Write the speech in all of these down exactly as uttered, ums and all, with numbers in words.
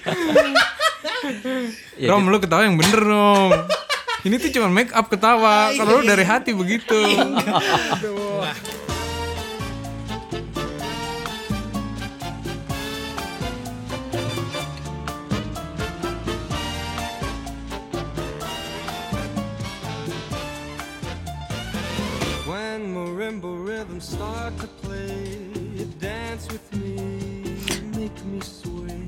Ya, Rom, lu ketawa yang bener Rom. Ini tuh cuma make up ketawa. Kalau lu dari hati begitu. When marimba rhythms start to play, dance with me, make me sway.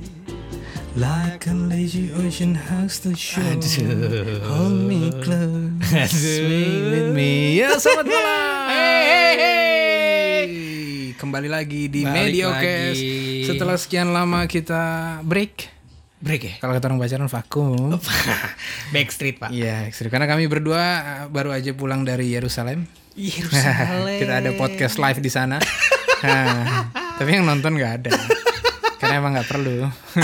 Like a lazy ocean hugs the shore. Aduh. Hold me close. Swing with me. Ya, selamat malam. Hey, hey, hey. Kembali lagi di Balik Mediocast. lagi. Setelah sekian lama kita break. Break ya? Kalau kata orang pacaran vakum. Backstreet pak. Iya, ekstrim. Karena kami berdua uh, baru aja pulang dari Yerusalem. Yerusalem. Kita ada podcast live di sana. Nah, tapi yang nonton nggak ada. Karena emang nggak perlu.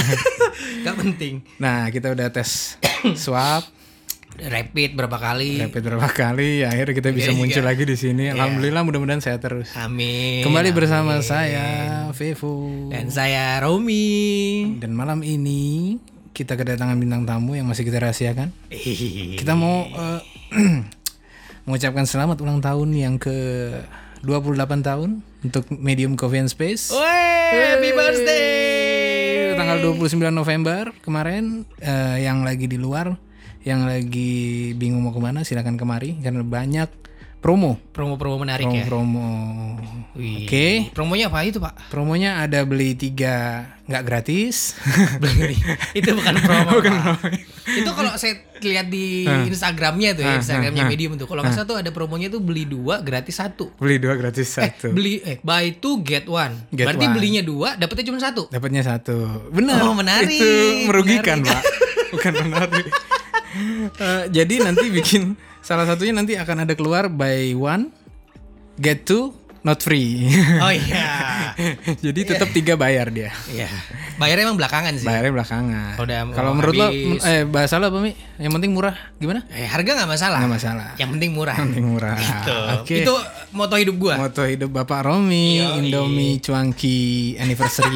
Gak penting. Nah, kita udah tes swab, Rapid berapa kali? rapid berapa kali, ya, akhirnya kita bisa Akhirnya muncul juga. lagi di sini. Alhamdulillah, mudah-mudahan sehat terus. Amin. Kembali amin. bersama saya, Vevo. Dan saya Romi. Dan malam ini kita kedatangan bintang tamu yang masih kita rahasiakan. Kita mau uh, mengucapkan selamat ulang tahun yang ke dua puluh delapan tahun untuk Medium Coffee and Space. Wey, happy birthday. Tanggal dua puluh sembilan November kemarin, uh, yang lagi di luar, yang lagi bingung mau kemana, silakan kemari karena banyak promo. Promo-promo menarik Promo, ya. promo. Wih. Oke. Promonya apa itu pak? Promonya ada beli tiga nggak gratis. Itu bukan promo. Bukan Pak. promo. Itu kalau saya lihat di Hah. Instagramnya tuh ya, Hah, Instagramnya hah, Medium tuh. Kalau nggak salah tuh ada promonya tuh beli dua gratis satu. Beli dua gratis Eh satu. beli eh buy two get one. Get Berarti one. belinya dua, dapetnya cuma satu. Dapatnya satu. Benar. Oh, menarik. Itu merugikan, Menarik. Pak. Bukan menarik. Eh, jadi nanti bikin salah satunya nanti akan ada keluar buy one get two not free. Oh iya. Jadi tetap tiga bayar dia. Iya. Bayarnya emang belakangan sih. Bayarnya belakangan. Udah Kalau mau menurut lo habis. eh bahasa lo apa, Mi? Yang penting murah. Gimana? Eh, harga nggak masalah. Nggak masalah. Yang penting murah. Yang penting murah. Gitu. Oke. Itu moto hidup gua. Moto hidup Bapak Romi, Yoi. Indomie Cuanki Anniversary.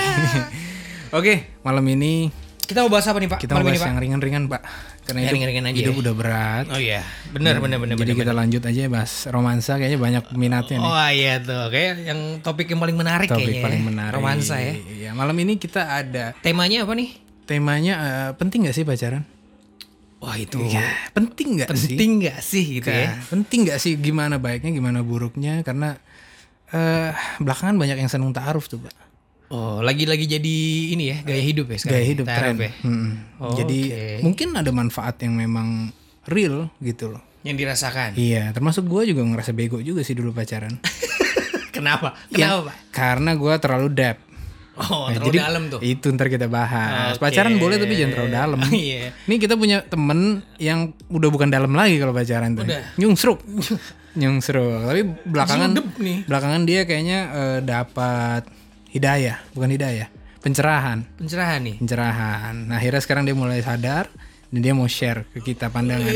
Oke, malam ini Kita mau bahas apa nih Pak? kita mau Malam bahas ini, Pak? yang ringan-ringan, Pak. Karena Yang hidup, ringan-ringan aja hidup ya? udah berat. Oh iya. Benar benar benar Jadi benar. kita lanjut aja bahas romansa, kayaknya banyak peminatnya nih. Oh iya tuh. Kayak yang topik yang paling menarik Topik kayaknya. paling ya. menarik. Romansa ya. Iya, malam ini kita ada Temanya apa nih? temanya eh, penting gak sih pacaran? Wah itu. Iya, penting gak sih? Penting nggak sih gitu ya? Nah, penting gak sih, gimana baiknya, gimana buruknya? Karena eh belakangan banyak yang seneng ta'aruf tuh, Pak. Oh, lagi-lagi jadi ini ya, gaya hidup ya sekarang. Gaya hidup Ta'aruf tren. ya. Mm-mm. Oh, Jadi oke. mungkin ada manfaat yang memang real gitu loh. Yang dirasakan. Iya, termasuk gue juga ngerasa bego juga sih dulu pacaran. Kenapa? Yang- Kenapa, Pak? Karena gue terlalu dep. Oh, Nah, terlalu jadi dalam tuh. Itu ntar kita bahas. Oke. Pacaran boleh tapi jangan terlalu dalam. Iya. Nih kita punya temen yang udah bukan dalam lagi kalau pacaran tuh. Udah. Nyungsruk. Nyungsruk. Tapi belakangan Judep nih. belakangan dia kayaknya eh, dapat hidayah, bukan hidayah, pencerahan. Pencerahan nih. Pencerahan. Nah, akhirnya sekarang dia mulai sadar dan dia mau share ke kita pandangannya.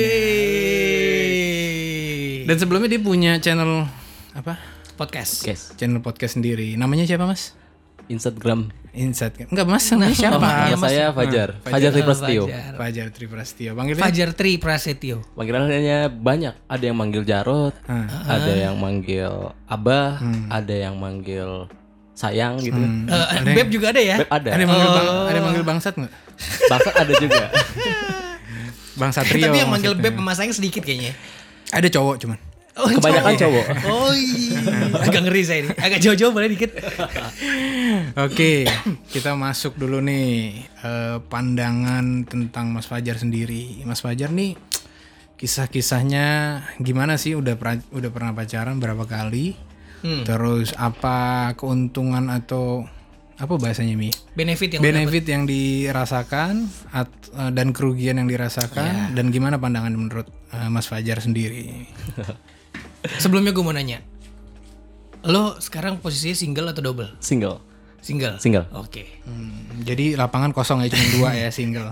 Yeay. Dan sebelumnya dia punya channel apa? Podcast. Guys, Channel podcast sendiri. Namanya siapa, Mas? Instagram. Insight. Enggak, Mas. Namanya siapa? Nama Mas. saya Fajar. Fajar Triprastio. Fajar. Fajar Triprastio. Panggilnya Fajar Tri Prasetyo. Panggilannya banyak. Ada yang manggil Jarot, Ah. ada yang manggil Abah, ada yang manggil sayang gitu. Hmm. Eh, Beb juga ada ya? Beb ada. Ada yang manggil bang, ada yang manggil bangsat nggak? Bangsat ada juga. Bang Satrio. Tapi yang manggil maksudnya. Beb sama sayang sedikit kayaknya. Ada cowok cuman. Oh, Kebanyakan cowok. Oh iya. Agak ngeri saya ini. Agak jauh-jauh boleh dikit. Oke, kita masuk dulu nih eh, pandangan tentang Mas Fajar sendiri. Mas Fajar nih kisah-kisahnya gimana sih? Udah pra- udah pernah pacaran berapa kali? Hmm. Terus apa keuntungan atau apa bahasanya, Mi? Benefit yang Benefit yang dirasakan at- eh, dan kerugian yang dirasakan dan gimana pandangan menurut eh, Mas Fajar sendiri? Sebelumnya gue mau nanya. Lo sekarang posisinya single atau double? Single. Single. Single. Oke. Hmm, jadi lapangan kosong ya, cuma dua ya, single.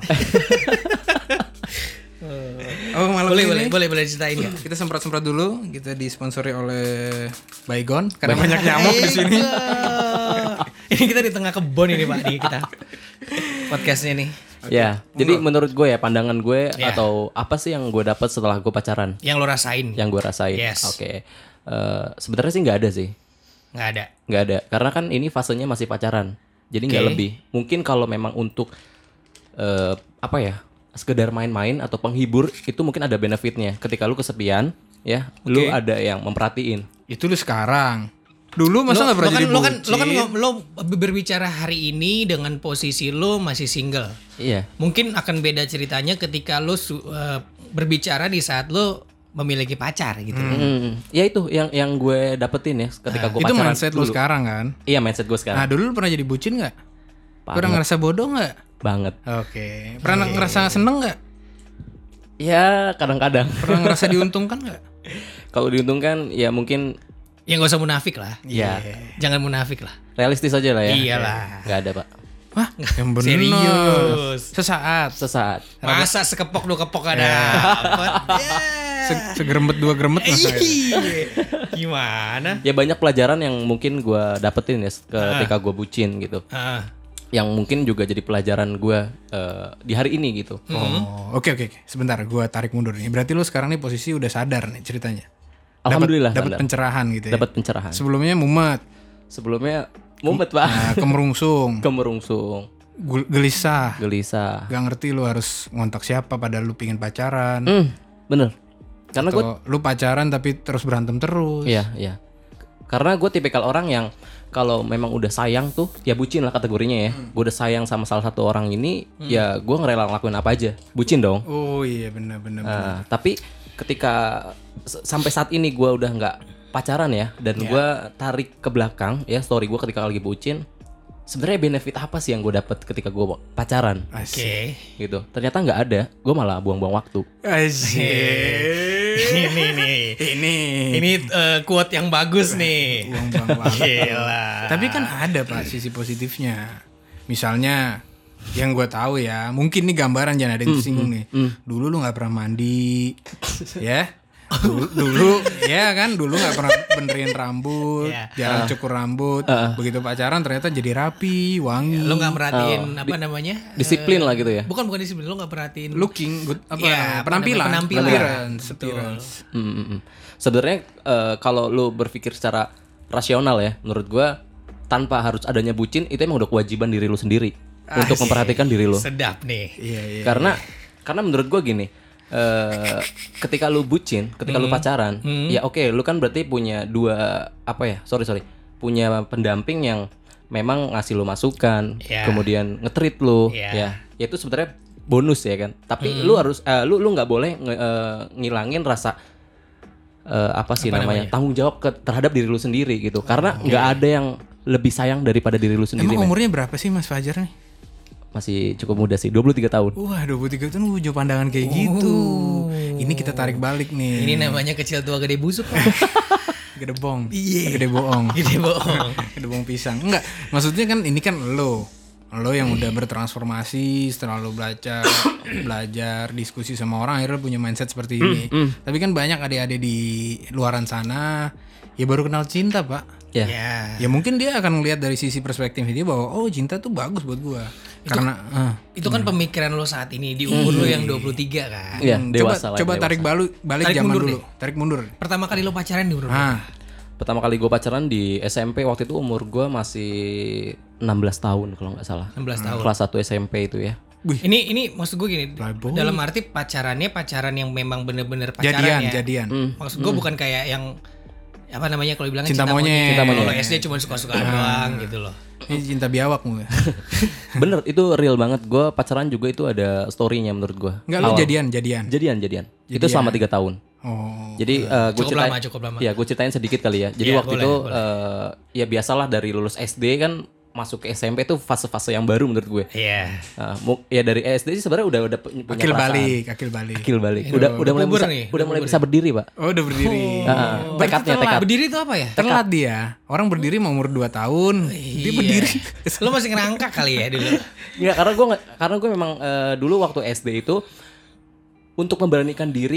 Oh, malam Boleh, ini boleh, boleh, boleh ceritain ya. kita semprot-semprot dulu. Kita disponsori oleh Baygon karena banyak nyamuk di sini. Ini kita di tengah kebun ini Pak, di kita podcastnya nih. Ya, jadi menurut gue ya pandangan gue Ya. atau apa sih yang gue dapat setelah gue pacaran, Yang lo rasain? yang gue rasain. Yes. Oke, Eh, sebenarnya sih nggak ada sih, Nggak ada. nggak ada. Karena kan ini fasenya masih pacaran, jadi nggak Oke. lebih. Mungkin kalau memang untuk eh, apa ya, sekedar main-main atau penghibur itu mungkin ada benefitnya. Ketika lu kesepian, ya, lu Oke. ada yang memperhatiin. Itu lu sekarang. Dulu masa Lo, nggak pernah lo kan, jadi lo kan, lo kan bucin? ngom- lo berbicara hari ini dengan posisi lo masih single. Iya. Mungkin akan beda ceritanya ketika lo su- eh, berbicara di saat lo memiliki pacar gitu. Hmm, ya itu yang yang gue dapetin ya ketika gue Itu pacaran. mindset lu dulu. sekarang kan? Iya, mindset gue sekarang. Nah dulu lu pernah jadi bucin nggak? Pernah Banget. ngerasa bodoh nggak? Banget. Oke. Pernah ngerasa seneng nggak? Ya kadang-kadang. Pernah ngerasa diuntungkan nggak? Kalau diuntungkan ya mungkin Ya nggak usah munafik lah. ya Jangan munafik lah. realistis aja lah ya. Iyalah. Nggak ada pak. Wah, yang bener. Serius. Sesaat. Sesaat. Masa sekepok dua kepok ada dapet? Ya. Se- segerembet dua gerembet masa ya? Iya. Gimana? Ya banyak pelajaran yang mungkin gue dapetin ya ketika gue bucin gitu. Ah. Yang mungkin juga jadi pelajaran gue eh, di hari ini gitu. Oh, oke oke oke. Sebentar, gua tarik mundur nih. Berarti lu sekarang nih posisi udah sadar nih ceritanya. Dapat- Alhamdulillah Dapat sadar. pencerahan gitu ya. Dapat pencerahan. Sebelumnya mumet, Sebelumnya mumet pak. nah, kemerungsung, Kemerungsung, gul- gelisah, gelisah. gak ngerti lu harus ngontak siapa padahal lu pingin pacaran. Hmm, bener. Karena gue Atau lu pacaran tapi terus berantem terus. Iya, iya. Karena gue tipikal orang yang kalau memang udah sayang tuh, ya bucin lah kategorinya ya. Gue udah sayang sama salah satu orang ini, ya gue ngerela ngelakuin apa aja. Bucin dong. Oh iya benar benar. benar. Nah, tapi ketika s- sampai saat ini gue udah nggak pacaran ya, dan gue tarik ke belakang ya story gue ketika lagi bucin, sebenarnya benefit apa sih yang gue dapet ketika gue pacaran Asik. Oke. gitu? Ternyata nggak ada. Gue malah buang-buang waktu. Asik. Ini nih. Ini. Ini eh, quote yang bagus nih. Buang-buang waktu. Gila. Tapi kan ada pak sisi positifnya. Misalnya yang gue tahu ya, mungkin nih gambaran jangan ada yang tersinggung nih. Dulu lu nggak pernah mandi, ya. Dulu, dulu ya kan, dulu nggak pernah benerin rambut, Iya. jarang cukur rambut. Begitu pacaran ternyata jadi rapi, wangi, Lo nggak merhatiin apa namanya? Disiplin Eh, lah gitu ya. Bukan bukan disiplin. Lo nggak perhatiin. looking good, apa Iya, namanya, apa penampilan, namanya, penampilan. appearance, Betul. appearance. Hmm, hmm, hmm. Sebenarnya eh, kalau lu berpikir secara rasional ya, menurut gua tanpa harus adanya bucin itu emang udah kewajiban diri lu sendiri untuk Asik. memperhatikan diri lu. Sedap nih. Iya iya. Karena karena menurut gua gini, eh, ketika lu bucin, ketika lu pacaran, ya oke, lu kan berarti punya dua apa ya? Sorry sorry, punya pendamping yang memang ngasih lu masukan, Iya. kemudian nge-treat lu, Iya. ya, ya itu sebenarnya bonus ya kan. Tapi lu harus, eh, lu lu nggak boleh nge- eh, ngilangin rasa eh, apa sih Apa namanya? namanya? Tanggung jawab ke, terhadap diri lu sendiri gitu. Karena nggak ada yang lebih sayang daripada diri lu sendiri. Emang men. umurnya berapa sih Mas Fajar nih? Masih cukup muda sih, dua puluh tiga tahun. Wah, dua puluh tiga tahun punya pandangan kayak gitu. Ini kita tarik balik nih. Ini namanya kecil tua gede busuk. Gede bong. Iya. Gede bohong. Gede bohong. Gede bohong pisang. Enggak, maksudnya kan ini kan lo. Lo yang udah bertransformasi setelah lo belajar, belajar, diskusi sama orang akhirnya punya mindset seperti ini. Tapi kan banyak adik-adik di luaran sana ya baru kenal cinta, Pak. Ya. Ya. Ya mungkin dia akan melihat dari sisi perspektif dia bahwa oh cinta tuh bagus buat gua. Karena ah. Itu kan pemikiran lo saat ini di umur lo yang dua puluh tiga kan. Iya, Hmm, dewasa coba lah. coba dewasa. tarik balu, balik Tarik zaman mundur dulu. Tarik mundur. Pertama kali lo pacaran di umur berapa? Ah, Pertama kali gue pacaran di S M P waktu itu umur gue masih enam belas tahun kalau nggak salah. enam belas tahun. Kelas satu S M P itu ya. wih, Ini ini maksud gue gini, Playboy. dalam arti pacarannya pacaran yang memang bener-bener pacaran jadian, ya. jadian. Maksud gue bukan kayak yang apa namanya kalau bilang Cinta monyet. Cinta Cinta Kalau monyet. S D cuma suka-sukaan doang gitu loh. Ini cinta biawak mu. Bener, itu real banget. Gue pacaran juga itu ada story-nya menurut gue. Enggak lu jadian, jadian. Jadian, jadian. Itu selama tiga tahun. Oh. Jadi gue Cukup ceritain, lama, cukup lama. ya gue ceritain sedikit kali ya. Jadi Iya, waktu boleh, itu boleh. eh, ya biasalah dari lulus S D kan masuk ke S M P itu fase-fase yang baru menurut gue. Iya. Nah, mu- ya dari S D sih sebenarnya udah udah punya Akil perasaan. balik, akil balik. Akil balik. Udah udah mulai bubur bisa, nih, udah mulai bisa berdiri, Pak. Oh, udah berdiri. Nah, tekadnya tekad. Berdiri itu apa ya? Telat dia. Orang berdiri mau umur dua tahun, dia Iya. berdiri. Lo masih ngerangka kali ya dulu. Enggak, karena gue karena gue memang eh, dulu waktu S D itu untuk memberanikan diri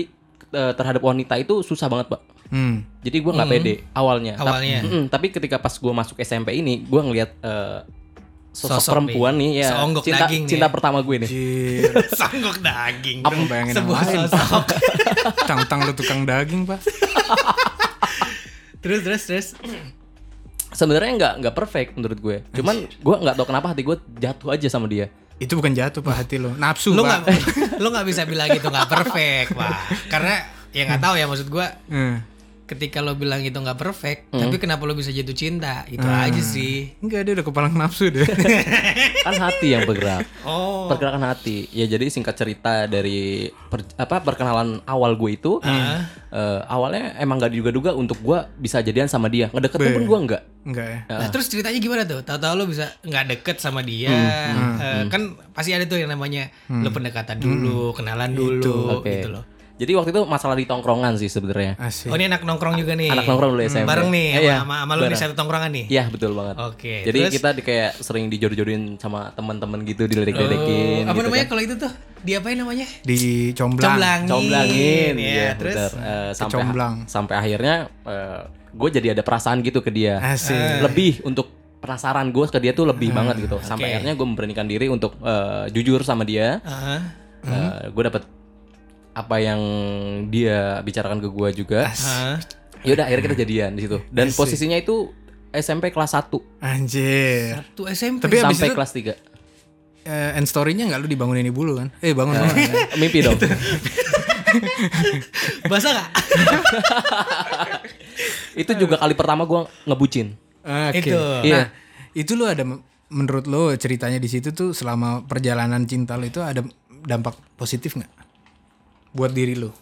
uh, terhadap wanita itu susah banget, Pak. Hmm. Jadi gue nggak pede awalnya. Ta- Awalnya. Mm-mm, tapi ketika pas gue masuk S M P ini, gue ngelihat uh, sosok, Sosok perempuan nih, nih, ya seonggok cinta daging cinta ya. pertama gue nih. Anjir. Sanggok daging. Dong, bayangin yang Sebuah lain. sosok. Tang-tang lu tukang daging, Pak. terus terus terus. Sebenarnya nggak nggak perfect menurut gue. Cuman gue nggak tahu kenapa hati gue jatuh aja sama dia. Itu bukan jatuh, Pak, hati lo. Nafsu, Lu Pak. nggak lu nggak bisa bilang itu nggak perfect, Pak. Karena ya nggak tahu ya, maksud gue. Hmm. Ketika lo bilang itu nggak perfect, tapi kenapa lo bisa jatuh cinta? Itu aja sih. Enggak, dia udah kepalang nafsu deh. Kan hati yang bergerak. Oh. Pergerakan hati. Ya jadi singkat cerita dari per- apa perkenalan awal gue itu, eh, awalnya emang nggak diduga-duga untuk gue bisa jadian sama dia. Ngedeketin pun gue nggak. Enggak ya. Nah, terus ceritanya gimana tuh? Tahu-tahu lo bisa nggak deket sama dia, eh, kan pasti ada tuh yang namanya lo pendekatan dulu, kenalan dulu, Oke. gitu loh. Jadi waktu itu masalah di tongkrongan sih sebenarnya. Asik. Oh ini anak nongkrong juga nih. Anak nongkrong dulu S M P. Bareng nih Eh, iya, sama, sama lo di bareng. satu tongkrongan nih. Iya betul banget. Oke, Jadi terus? kita di kayak sering dijodin-jodin sama teman-teman gitu, diledek-ledekin. Oh, apa gitu namanya kan. kalau itu tuh? Diapain namanya? Di comblang. Comblangin. Comblangin, ya. ya, Terus bener. Eh, sampai Kecomblang. sampai akhirnya gue jadi ada perasaan gitu ke dia. Asik. Lebih untuk penasaran gue ke dia tuh lebih banget gitu. Sampai Oke. akhirnya gue memberanikan diri untuk eh, jujur sama dia. Heeh. gue dapet apa yang dia bicarakan ke gue juga. Heeh. Yaudah akhirnya kita jadian di situ. Dan Asik. posisinya itu S M P kelas satu Anjir. Tuh S M P. Tapi abis sampai itu kelas tiga. eh, end story-nya enggak lu dibangunin ibu lu kan? Eh, bangun bangun. Mimpi dong. Basah gak? Itu juga kali pertama gue ngebucin. Oke. Itu. Nah, itu lu ada menurut lu ceritanya di situ tuh selama perjalanan cinta lu itu ada dampak positif nggak buat diri lu?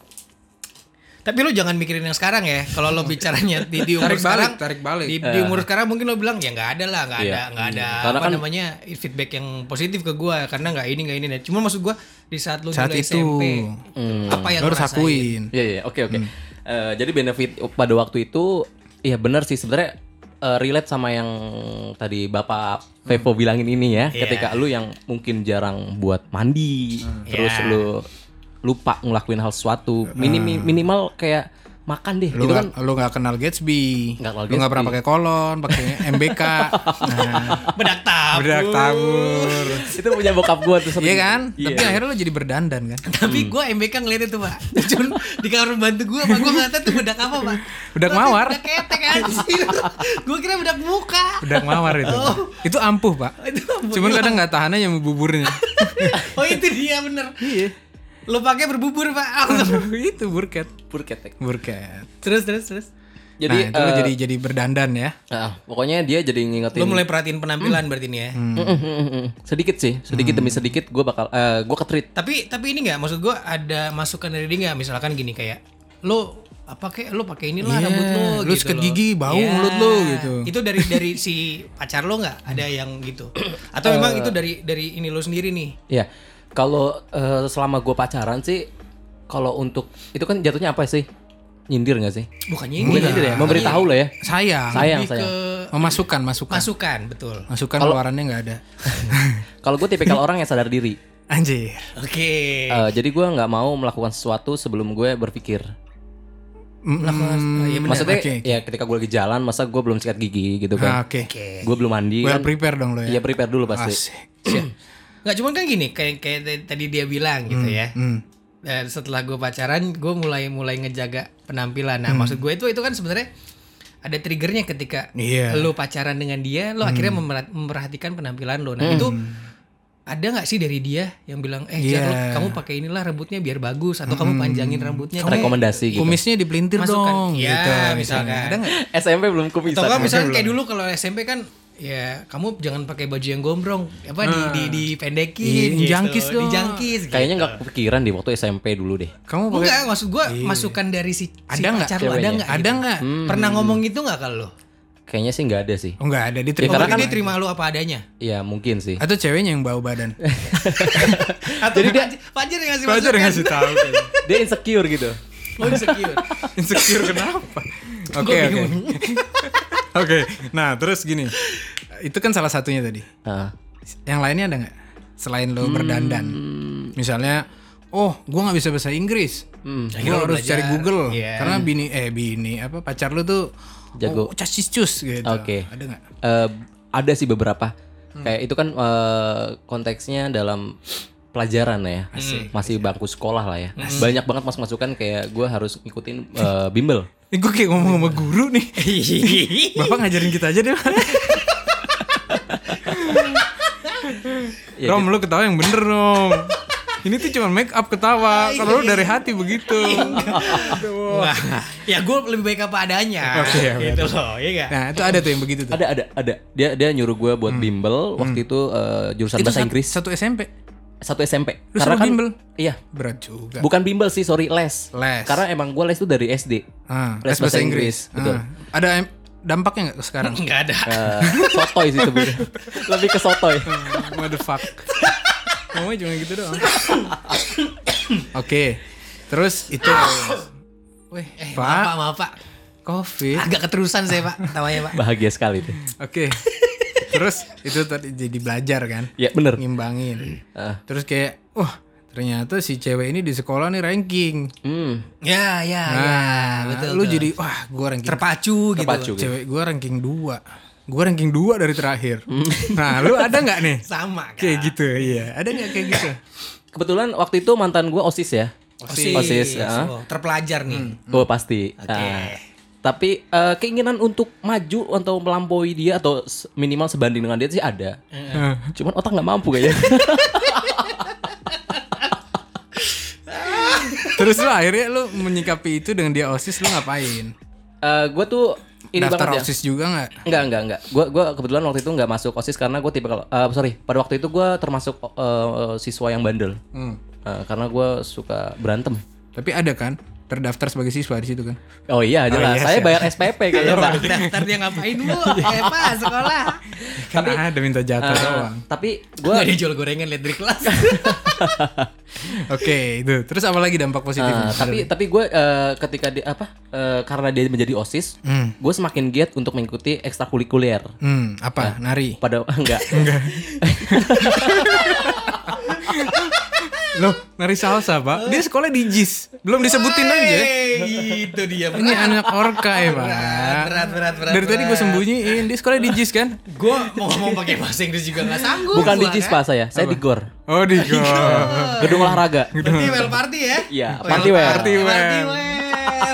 Tapi lo jangan mikirin yang sekarang ya. Kalau lo bicaranya di, di umur Tarik balik, sekarang, tarik balik. Di, di umur sekarang mungkin lo bilang ya nggak ada lah, nggak Iya. ada, nggak ada Karena apa kan- namanya feedback yang positif ke gue karena nggak ini nggak ini. Cuma maksud gue di saat lo Saat dulu itu. S M P, apa yang Lu lo harus rasain? akuin. Iya iya oke oke. Eh, jadi benefit pada waktu itu iya benar sih sebenarnya eh, relate sama yang tadi Bapak Vevo bilangin ini ya. Iya. Ketika lu yang mungkin jarang buat mandi, terus Iya. lu lupa ngelakuin hal sesuatu, minim minimal kayak makan deh. Lu Itu nggak kan lu nggak kenal Gatsby. Nggak kenal Lu nggak pernah Gatsby. pakai kolon, pakai M B K. Nah, Bedak tabur. bedak tabur. itu punya bokap gua tuh sering. Iya kan? Iya. Tapi akhirnya lu jadi berdandan kan? Tapi gue M B K ngeliat itu pak. Cuma di kamar bantu gue, pak gue nggak tahu tuh bedak apa pak. Bedak Gua mawar. Bedak ketek anjir. Gue kira bedak muka. Bedak mawar itu. Itu ampuh, Pak. Itu apa? Cuman kadang nggak tahan aja sama buburnya. Oh itu dia bener. Iya. Lo pakai berbubur pak. Itu burket. Purketek. Burket. terus terus terus. nah, Jadi itu lu eh, jadi jadi berdandan ya. ah, pokoknya dia jadi ngingetin Lo mulai perhatiin penampilan berarti nih ya. Mm, mm, mm, mm. sedikit sih, sedikit demi sedikit gue bakal eh gue ketreat. Tapi tapi ini nggak, maksud gue ada masukan dari dia nggak? Misalkan gini kayak lo apa kayak lo pakai inilah Iya, rambut lo, lu gitu sikat loh. gigi, bau Iya. mulut lo, gitu. Itu dari dari si pacar lo nggak ada yang gitu? Atau memang itu dari dari ini lo sendiri nih? Ya, kalau eh, selama gue pacaran sih, kalau untuk itu kan jatuhnya apa sih? Nyindir nggak sih? Bukannya ini. Bukan nyindir ya, memberitahu lah ya. Sayang. Sayang, Lebih sayang. ke Memasukkan, masukan. masukan, betul. Masukan Kalau- keluarannya nggak ada. Kalau gue tipikal orang yang sadar diri. Anjir. Oke. Eh, jadi gue nggak mau melakukan sesuatu sebelum gue berpikir. Mm, mm, Iya benar. Maksudnya Oke. ya ketika gue lagi jalan, masa gue belum sikat gigi gitu ah, kan? Oke. Gue belum mandi. Well kan? prepare dong lo ya. Iya prepare dulu pasti. Asik. Nggak cuman kan gini kayak kayak t- tadi dia bilang gitu ya. Hmm. Dan setelah gue pacaran, gue mulai mulai ngejaga penampilan. Nah, maksud gue itu itu kan sebenarnya ada triggernya ketika Iya. lo pacaran dengan dia, lo akhirnya memperhat- memperhatikan penampilan lo. Nah itu ada nggak sih dari dia yang bilang, eh Jar, Iya. lo, kamu pakai inilah rambutnya biar bagus, atau kamu panjangin rambutnya. Kamu Rekomendasi gitu. Kumisnya dipelintir Masukkan. dong. Ya, gitu, misalkan. Ada nggak? S M P belum kumisan. atau kan misalnya kayak dulu kalau S M P kan ya kamu jangan pakai baju yang gombrong, apa di di dipendekin, Iya, gitu. jangkis dong. dijangkis. Gitu. Kayaknya nggak kepikiran di waktu S M P dulu deh. Kamu pakai Enggak, maksud gue masukan dari si, si Ada nggak pacar lo ada ceweknya? nggak? Ada gitu? nggak? Pernah ngomong gitu nggak kalau lo? Kayaknya sih nggak ada sih. Oh nggak ada Oh, diterima. karena berarti kan- dia terima lo apa adanya? Ya mungkin sih. Atau ceweknya yang bau badan. Atau Jadi dia Fajar yang ngasih Fajar masukan? yang ngasih tahu. Dia insecure gitu. Oh insecure. Insecure kenapa? Oke Gua oke. bingung. Oke. Nah terus gini. Itu kan salah satunya tadi. Ah. Yang lainnya ada nggak? Selain lo berdandan. Misalnya oh gue nggak bisa bahasa Inggris, Hmm. gue harus belajar. cari Google Iya. karena bini eh bini apa pacar lu tuh Jago. oh, cacis cus gitu. Oke. Ada nggak? Eh, ada sih beberapa. Kayak itu kan eh, konteksnya dalam pelajaran ya, masih bangku sekolah lah ya. Banyak banget mas masukan kayak gue harus ngikutin eh, bimbel. Ini gue kayak ngomong sama guru nih. Bapak ngajarin kita aja deh. Ya, Rom, lu ketawa yang bener dong. Ini tuh cuma make up ketawa. Kalau lu dari hati begitu. Wah, ya gue lebih baik apa adanya. Oke, ya, gitu loh, iya gak? Nah itu ada tuh yang begitu tuh. Ada ada ada. Dia dia nyuruh gue buat bimbel waktu itu eh, jurusan Itu bahasa satu- Inggris Satu S M P. satu S M P. Lu suruh bimbel? Iya. Berat juga. Bukan bimbel sih, sorry les. Les. Karena emang gue les tuh dari S D. Ah, les bahasa Inggris, betul. Ah. Ada em- dampaknya nggak sekarang? Nggak ada. Eh, sotoy sih sebenarnya. Lebih ke sotoy. What the fuck? Ngomongnya cuma gitu doang. Oke, terus itu. Weh, Eh, Pak, maaf pak, maaf pak. Covid. Agak keterusan saya pak, tawanya pak. Bahagia sekali tuh. Oke. Terus itu tadi jadi belajar kan? Ya bener. Ngimbangin. Ah. Terus kayak, wah ternyata si cewek ini di sekolah nih ranking. Hmm. Ya, ya, ya, Nah, betul. lu betul. jadi, wah gue ranking. terpacu gitu. Terpacu. gitu. Cewek gue ranking dua. Gue ranking dua dari terakhir. Nah, lu ada nggak nih? Sama kan. Kayak gitu, iya. Ada nggak kayak gitu? Kebetulan waktu itu mantan gue OSIS ya. Osis, Osis, ya. oh, terpelajar nih. Oh pasti. Oke. Nah, tapi eh, keinginan untuk maju atau melampaui dia atau s- minimal sebanding dengan dia sih ada. Cuman otak nggak mampu kayaknya. Terus lu akhirnya lu menyikapi itu dengan dia OSIS, lu ngapain? Eh gue tuh ini Daftar banget ya. OSIS juga nggak? Enggak, enggak, enggak. Gue gua kebetulan waktu itu enggak masuk OSIS karena gue tipe kalau eh, sorry, pada waktu itu gue termasuk eh, siswa yang bandel. Hmm. Eh, karena gue suka berantem. Tapi ada kan terdaftar sebagai siswa di situ kan? Oh iya, jelas. iya, Saya siap. bayar S P P kayaknya, Pak. Daftar dia ngapain bu? Eh pak, sekolah. Kan ada minta jatah Eh, doang. tapi Gue gue dia jual gorengan lihat dari kelas. Oke, itu. Terus apa lagi dampak positifnya? Ah, tapi tapi gue eh, ketika dia apa eh, karena dia menjadi OSIS, Hmm. gue semakin giat untuk mengikuti ekstrakurikuler. Hmm, apa? Nari. Pada enggak. Loh, nari salsa, Pak. Dia sekolah di J I S. Belum disebutin aja. Eh, itu dia. Ini anak orka ya, Pak. berat, berat, berat, Dari tadi gue berat. sembunyiin. Dia sekolah di J I S kan? Gue mau ngomong pakai bahasa Inggris juga nggak sanggup. Bukan di gua, J I S kan? Pak saya. Saya di G O R. Oh, di Go. Gedung olahraga. Berarti well party ya? Iya, Well party wear. Party wear. Party wear.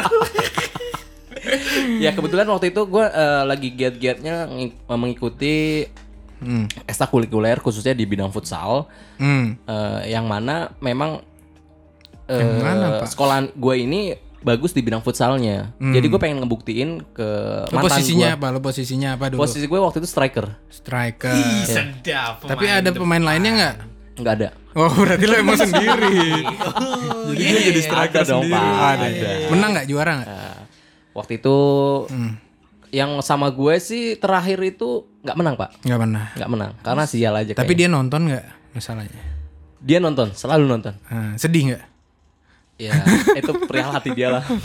Ya kebetulan waktu itu gue eh, lagi giat-giatnya ngik- eh, mengikuti Hmm. ekstrakurikuler khususnya di bidang futsal. Hmm. eh, yang mana memang eh, Yang mana, Pak? sekolahan gue ini bagus di bidang futsalnya. Jadi gue pengen ngebuktiin ke Lo mantan posisinya gue. apa? Lo posisinya apa dulu? Posisi gue waktu itu striker. Striker. Ih, sedap. Tapi ada pemain lainnya nggak? Nggak ada. Oh, berarti lo emang sendiri. Oh, Jadi iya, dia jadi iya. striker Ada dong, sendiri. Pak. Ada. Ada. Menang nggak? Juara nggak? Nah, waktu itu yang sama gue sih terakhir itu nggak menang pak, Nggak pernah. nggak menang karena sial aja. Tapi kayaknya. dia nonton nggak masalahnya? dia nonton, selalu nonton. Ah, sedih nggak? Ya itu perihal hati dia lah.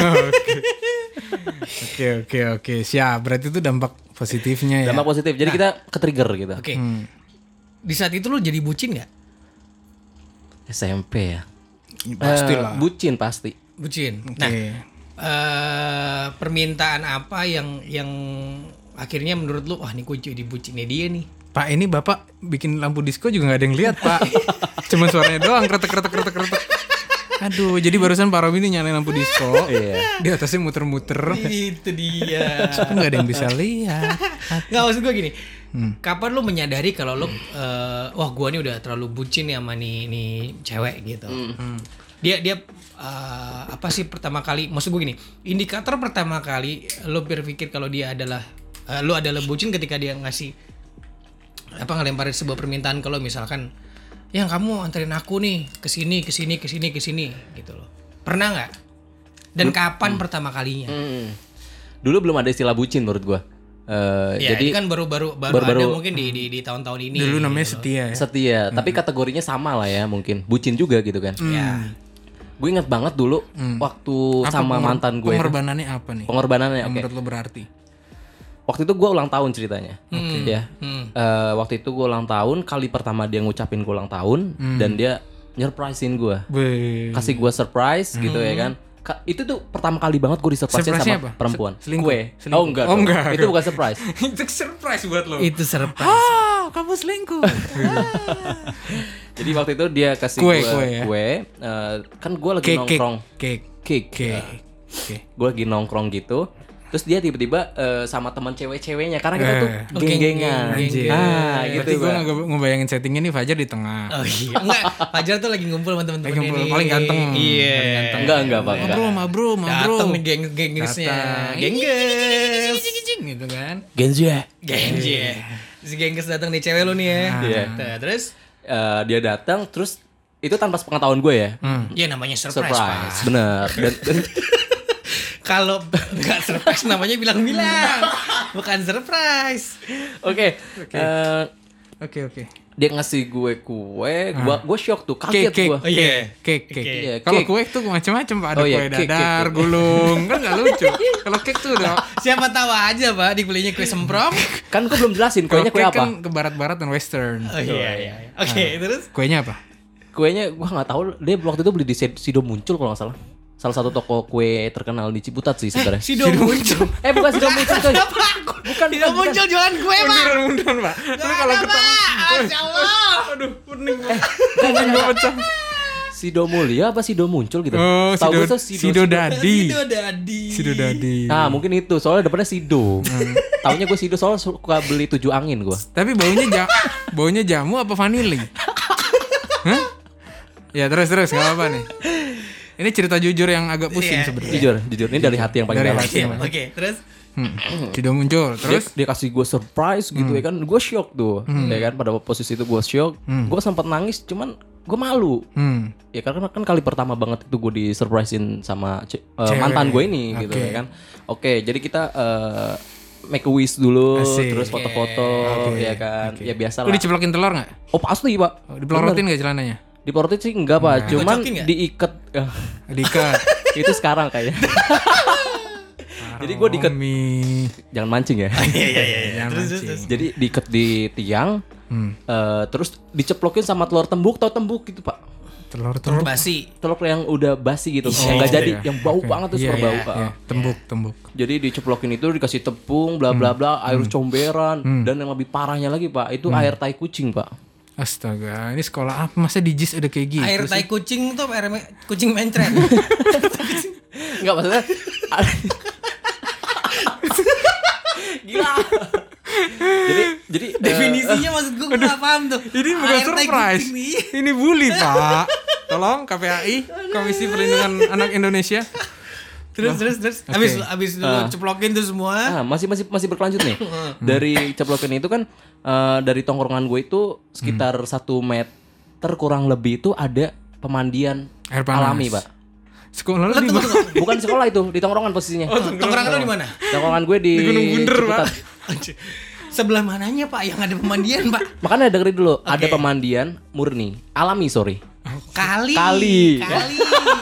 Oke oke oke siap. Berarti itu dampak positifnya ya. Dampak positif. Jadi kita ke trigger gitu. Oke. Di saat itu lu jadi bucin nggak? S M P ya. Pasti Eh, lah. bucin pasti. Bucin. Oke. Nah, eh, permintaan apa yang yang akhirnya menurut lu wah ini gue jadi bucinnya dia nih. Pak ini bapak bikin lampu disco juga nggak ada yang lihat pak. Cuma suaranya doang kretek kretek kretek kretek. Aduh, jadi barusan Pak Robi ini nyalain lampu disco. Iya. Di atasnya muter-muter. Itu dia. Tapi nggak ada yang bisa lihat. Nggak, maksud gue gini. Kapan lu menyadari kalau lu eh, wah gua nih udah terlalu bucin ya sama nih nih cewek gitu. Dia dia eh, apa sih pertama kali maksud gue gini, indikator pertama kali lu berpikir kalau dia adalah eh, lu adalah bucin ketika dia ngasih apa ngelemparin sebuah permintaan kalau misalkan yang kamu anterin aku nih ke sini ke sini ke sini ke sini gitu loh. Pernah nggak? Dan kapan pertama kalinya? Hmm. Dulu belum ada istilah bucin menurut gua. Eh, Ya, jadi ini kan baru-baru baru, baru-baru- ada mungkin di di, di tahun-tahun ini. Dulu namanya gitu. setia ya. setia, tapi kategorinya sama lah ya mungkin. Bucin juga gitu kan. Ya. Gue inget banget dulu waktu Apa sama pengor- mantan gue. itu. Pengorbanannya apa nih? Pengorbanannya Yang oke. menurut lo berarti? Waktu itu gue ulang tahun ceritanya. Ya. Hmm. Eh, waktu itu gue ulang tahun, kali pertama dia ngucapin gue ulang tahun dan dia nyerprisein gue, Be. kasih gue surprise gitu ya kan. Ka- itu tuh pertama kali banget gue disurprisein Surprise-nya sama apa? perempuan. Se- selingkuh? Kue. Selingkuh? Oh enggak. Oh, dong. enggak, Itu enggak. bukan surprise. Itu surprise buat lo. Itu surprise. Ah, kamu selingkuh. Jadi waktu itu dia kasih Kue, gue kue ya? kue. eh, kan gue lagi Cake, cake, nongkrong. cake, Cake. cake. Oke. Gue lagi nongkrong gitu. Terus dia tiba-tiba eh, sama teman cewek-ceweknya karena kita Eh. tuh Oh, geng-gengan. geng-geng, Anjir. Nah, Berarti gitu gue Pak. nggak ngebayangin settingnya nih Fajar di tengah. Oh iya. Enggak, Fajar tuh lagi ngumpul sama teman-teman Lagi ngumpul, ini. paling ganteng. Iya. Paling ganteng. Enggak, enggak, Pak. Ma Enggak. bro, ma bro, ma bro. Dateng nih geng gengesnya. Datang. Gengges. Gitu kan. Genje. Genje. Si gengges datang nih cewek lu nih ya. Iya. Nah, terus Eh, dia datang terus itu tanpa sepengetahuan gue ya. ya namanya surprise, Pak. Surprise. Bener. Dan, dan Kalau nggak surprise namanya bilang-bilang. Bukan surprise. Oke. eh, Oke, oke. dia ngasih gue kue, gue gue shock tuh, Cake, kaget cake, gue. Oh, iya. cake, cake. Iya, Kalau cake. kue tuh macam-macam Pak. Ada Oh, iya, kue cake, dadar, cake. gulung, kan nggak lucu. Kalau cake tuh udah. Siapa tahu aja, Pak, dibelinya kue semprong. Kan gue belum jelasin Kalau kuenya kue cake apa. kan ke barat-barat dan western. Oh iya iya. iya. Oke, terus Kuenya apa? Kuenya gue nggak tahu. Dia waktu itu beli di Sido Muncul kalau nggak salah. Salah satu toko kue terkenal di Ciputat sih sebenarnya. Sido muncul. Eh bukan Sido Muncul coy. Bukan Sido muncul jualan kue, Pak. Munduran-munduran Pak. Tapi kalau ketemu. Masya Allah. Aduh, pening Pak. Kuping gue pecah. Sido Mulia apa Sido Muncul gitu. Oh, Tahu Sido, gue tuh Sido Dadi. Sido Dadi. Sido Dadi. Nah mungkin itu soalnya depannya Sido. Taunya gue Sido soalnya suka beli tujuh angin gue. Tapi baunya ja baunya jamu apa vanili? Hah? Ya terus terus nggak apa-apa nih. Ini cerita jujur yang agak pusing Iya, sebenarnya. Jujur, jujur ini dari hati yang paling Dari dalam. hati. Oke, Oke, terus Hmm. Sido muncul. Dia, Terus dia kasih gue surprise gitu ya kan, gue shock tuh, ya kan pada posisi itu gue shock, gue sempat nangis, cuman gue malu, hmm. ya karena kan kali pertama banget itu gue disurprisein sama ce- uh, Cewek. mantan gue ini gitu Oke. ya kan. Oke, jadi kita uh, make a wish dulu, Asik. terus foto-foto, Oke, ya kan, oke. ya biasa Lu lah. diciplokin telur nggak? Oh pasti pak, Oh, dipelorotin nggak celananya? diporotin sih enggak pak, cuman Dicocokin nggak? diikat, eh, Diikat. itu sekarang kayaknya. Jadi gue diikat, Romi. jangan mancing ya. iya iya iya. Jangan Terus terus. mancing. terus. Jadi diikat di tiang, Hmm. eh, terus diceplokin sama telur tembuk, tau tembuk gitu pak. Telur Telur telur. basi. Telur yang udah basi gitu, Iya, yang nggak iya, jadi, iya. yang bau Oke. banget tuh Iya, super iya, bau iya. pak. Tembuk, tembuk. Jadi diceplokin itu dikasih tepung, bla bla bla, air comberan, dan yang lebih parahnya lagi pak, itu air tai kucing pak. Astaga, ini sekolah apa? Masa di Jis udah kayak gitu? Air sih? tai kucing tuh air me- kucing mencret. Enggak maksudnya, gila. jadi jadi eh, Definisinya maksud gue gue gak paham tuh. Ini bukan Air tai surprise. kucing nih. Ini bully, Pak. Tolong K P A I, Komisi Perlindungan Anak Indonesia. Terus terus terus. Oke. Abis abis lu ceplokin tuh semua. ah, masih masih masih berkelanjut nih. Dari ceplokin itu kan eh, dari tongkrongan gue itu sekitar satu meter kurang lebih itu ada pemandian Air panas. alami pak. Sekolah lu Lah, di tunggu, mana? tunggu. Bukan di sekolah itu, di tongkrongan posisinya. Tongkrongan lu di mana? Tongkrongan gue di, Di Gunung Bunder, Ciputat. Pak. Sebelah mananya Pak yang ada pemandian Pak? Makanya dengerin dulu, Oke. ada pemandian murni, alami sorry. Kali. Kali. Kali.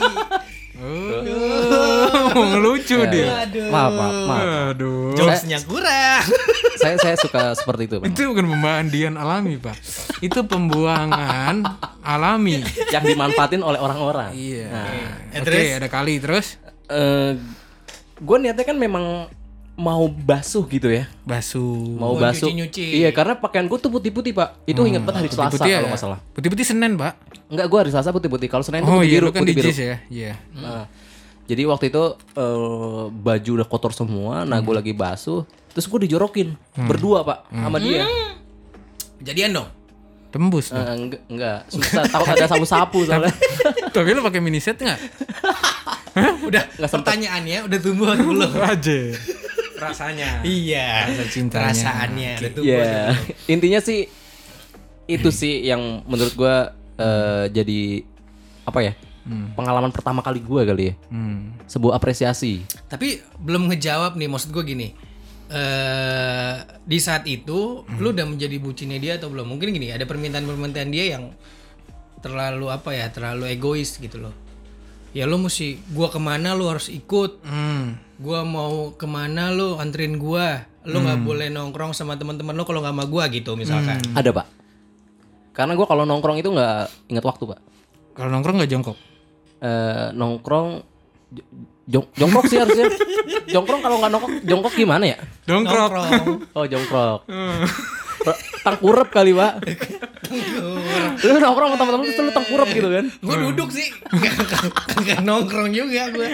Oh, ngelucu Ya, dia. Aduh. Maaf, maaf, maaf. Aduh. Jokesnya kurang. saya saya suka seperti itu. Pak. Itu bukan pemandian alami, Pak. Itu pembuangan alami. Yang dimanfaatin oleh orang-orang. Iya. Nah, Eh, Oke, terus? ada kali terus eh, gue niatnya kan memang mau basuh gitu ya, basuh. mau Mau basuh. nyuci-nyuci. Iya, karena pakaian gue tuh putih-putih pak. Itu inget banget hari Selasa Putih-putih kalau ya? nggak salah. Putih-putih Senin, Pak. Enggak, gue hari Selasa putih-putih. Kalau Senin itu Oh putih iya, biru, lu kan di putih biru. Jis ya. Iya. Nah, jadi waktu itu eh, baju udah kotor semua. Nah, gue lagi basuh. Terus gue dijorokin berdua pak sama dia. Jadian dong. Tembus tuh. Eh, enggak, enggak. Susah. Takut ada sapu-sapu soalnya. Tapi lu pakai mini set enggak? Udah pertanyaannya udah tumbuh atau belum? Aja. Rasanya. Iya. Rasa cintanya. Perasaannya udah tumbuh. Iya. atau belum? Intinya sih itu sih yang menurut gue eh, jadi apa ya? Pengalaman pertama kali gue kali ya. Hmm. Sebuah apresiasi. Tapi belum ngejawab nih, maksud gue gini. Eh di saat itu lu udah menjadi bucinnya dia atau belum? Mungkin gini, ada permintaan-permintaan dia yang terlalu apa ya, terlalu egois gitu loh. Ya lu mesti gua kemana lu harus ikut. Hmm. Gua mau kemana lu anterin gua. Lu nggak boleh nongkrong sama teman-teman lu kalau nggak sama gua gitu misalkan. Ada pak. Karena gue kalau nongkrong itu nggak ingat waktu pak. Kalau nongkrong nggak jongkok? Eh, nongkrong j- jong- jongkok sih harusnya. Jongkrong kalau nggak nongkrong jongkok gimana ya? Nongkrong. Oh jongkrok. Tangkurep kali Pak. Lu nongkrong sama teman-teman terus lu tangkurep gitu kan? Gue duduk sih, nggak nongkrong juga gue.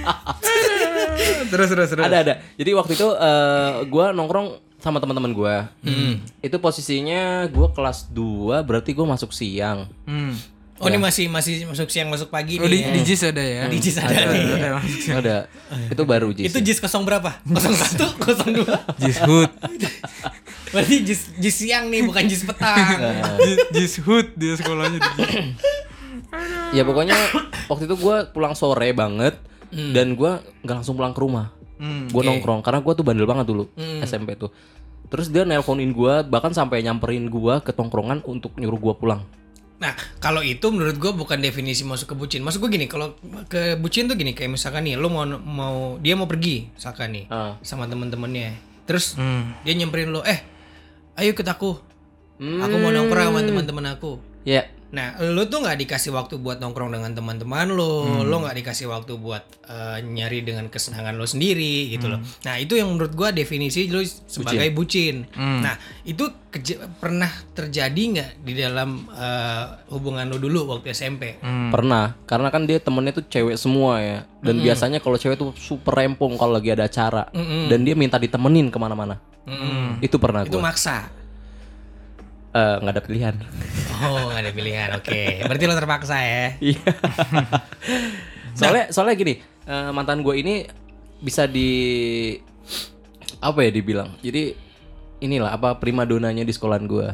terus terus terus. Ada ada. Jadi waktu itu eh, gue nongkrong sama teman-teman gue. Hmm. Itu posisinya gue kelas dua, berarti gue masuk siang. Hmm. Oh ini masih masih masuk siang masuk pagi Oh di, nih. di J I S ada ya? Di J I S ada nih. Ada. Itu baru Jis. Itu J I S nol berapa? nol satu, nol dua. J I S Hood. Berarti J I S, J I S siang nih, bukan J I S petang. J I S Hood dia sekolahnya di J I S. Ya pokoknya waktu itu gue pulang sore banget dan gue nggak langsung pulang ke rumah. Hmm. Gue nongkrong karena gue tuh bandel banget dulu S M P tuh. Terus dia nelponin gue, bahkan sampai nyamperin gue ke tongkrongan untuk nyuruh gue pulang. Nah, kalau itu menurut gue bukan definisi masuk ke bucin. Maksud gue gini, kalau ke bucin tuh gini, kayak misalkan nih, lo mau mau dia mau pergi, misalkan nih, Ah. sama temen-temennya. Terus Hmm. dia nyamperin lo, eh, ayo ikut aku. Hmm. Aku mau nongkrong sama teman-teman aku. Ya, Nah, lo tuh nggak dikasih waktu buat nongkrong dengan teman-teman lo, lo nggak dikasih waktu buat eh, nyari dengan kesenangan lo sendiri gitu loh. Nah, itu yang menurut gua definisi lo sebagai bucin. Nah, itu keje- pernah terjadi nggak di dalam eh, hubungan lo dulu waktu S M P? pernah. Karena kan dia temennya tuh cewek semua ya. Dan biasanya kalau cewek tuh super rempong kalau lagi ada acara. Dan dia minta ditemenin kemana-mana. Mm-mm. Itu pernah Itu gue. maksa. Eh, nggak ada pilihan. Oh, nggak ada pilihan. Oke, berarti lo terpaksa ya. Iya. soalnya soalnya gini, eh, mantan gue ini bisa di apa ya dibilang. Jadi inilah apa primadonanya di sekolahan gue.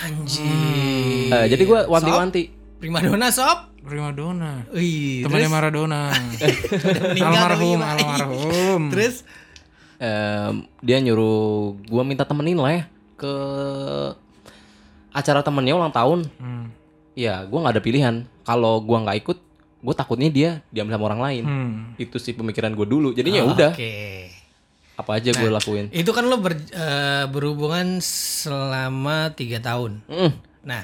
Anjir. Eh, jadi gue wanti-wanti. Primadona sob. Prima donna. Wih, Temannya terus Maradona. meninggal almarhum, tapi, Pak. almarhum. Terus Em, dia nyuruh gue minta temenin lah ya ke acara temennya ulang tahun. Hmm. Ya gue nggak ada pilihan. Kalau gue nggak ikut, gue takutnya dia diambil sama orang lain. Hmm. Itu sih pemikiran gue dulu. Jadinya udah Oke. apa aja gue lakuin. Itu kan lo ber- eh, berhubungan selama tiga tahun. Mm. Nah,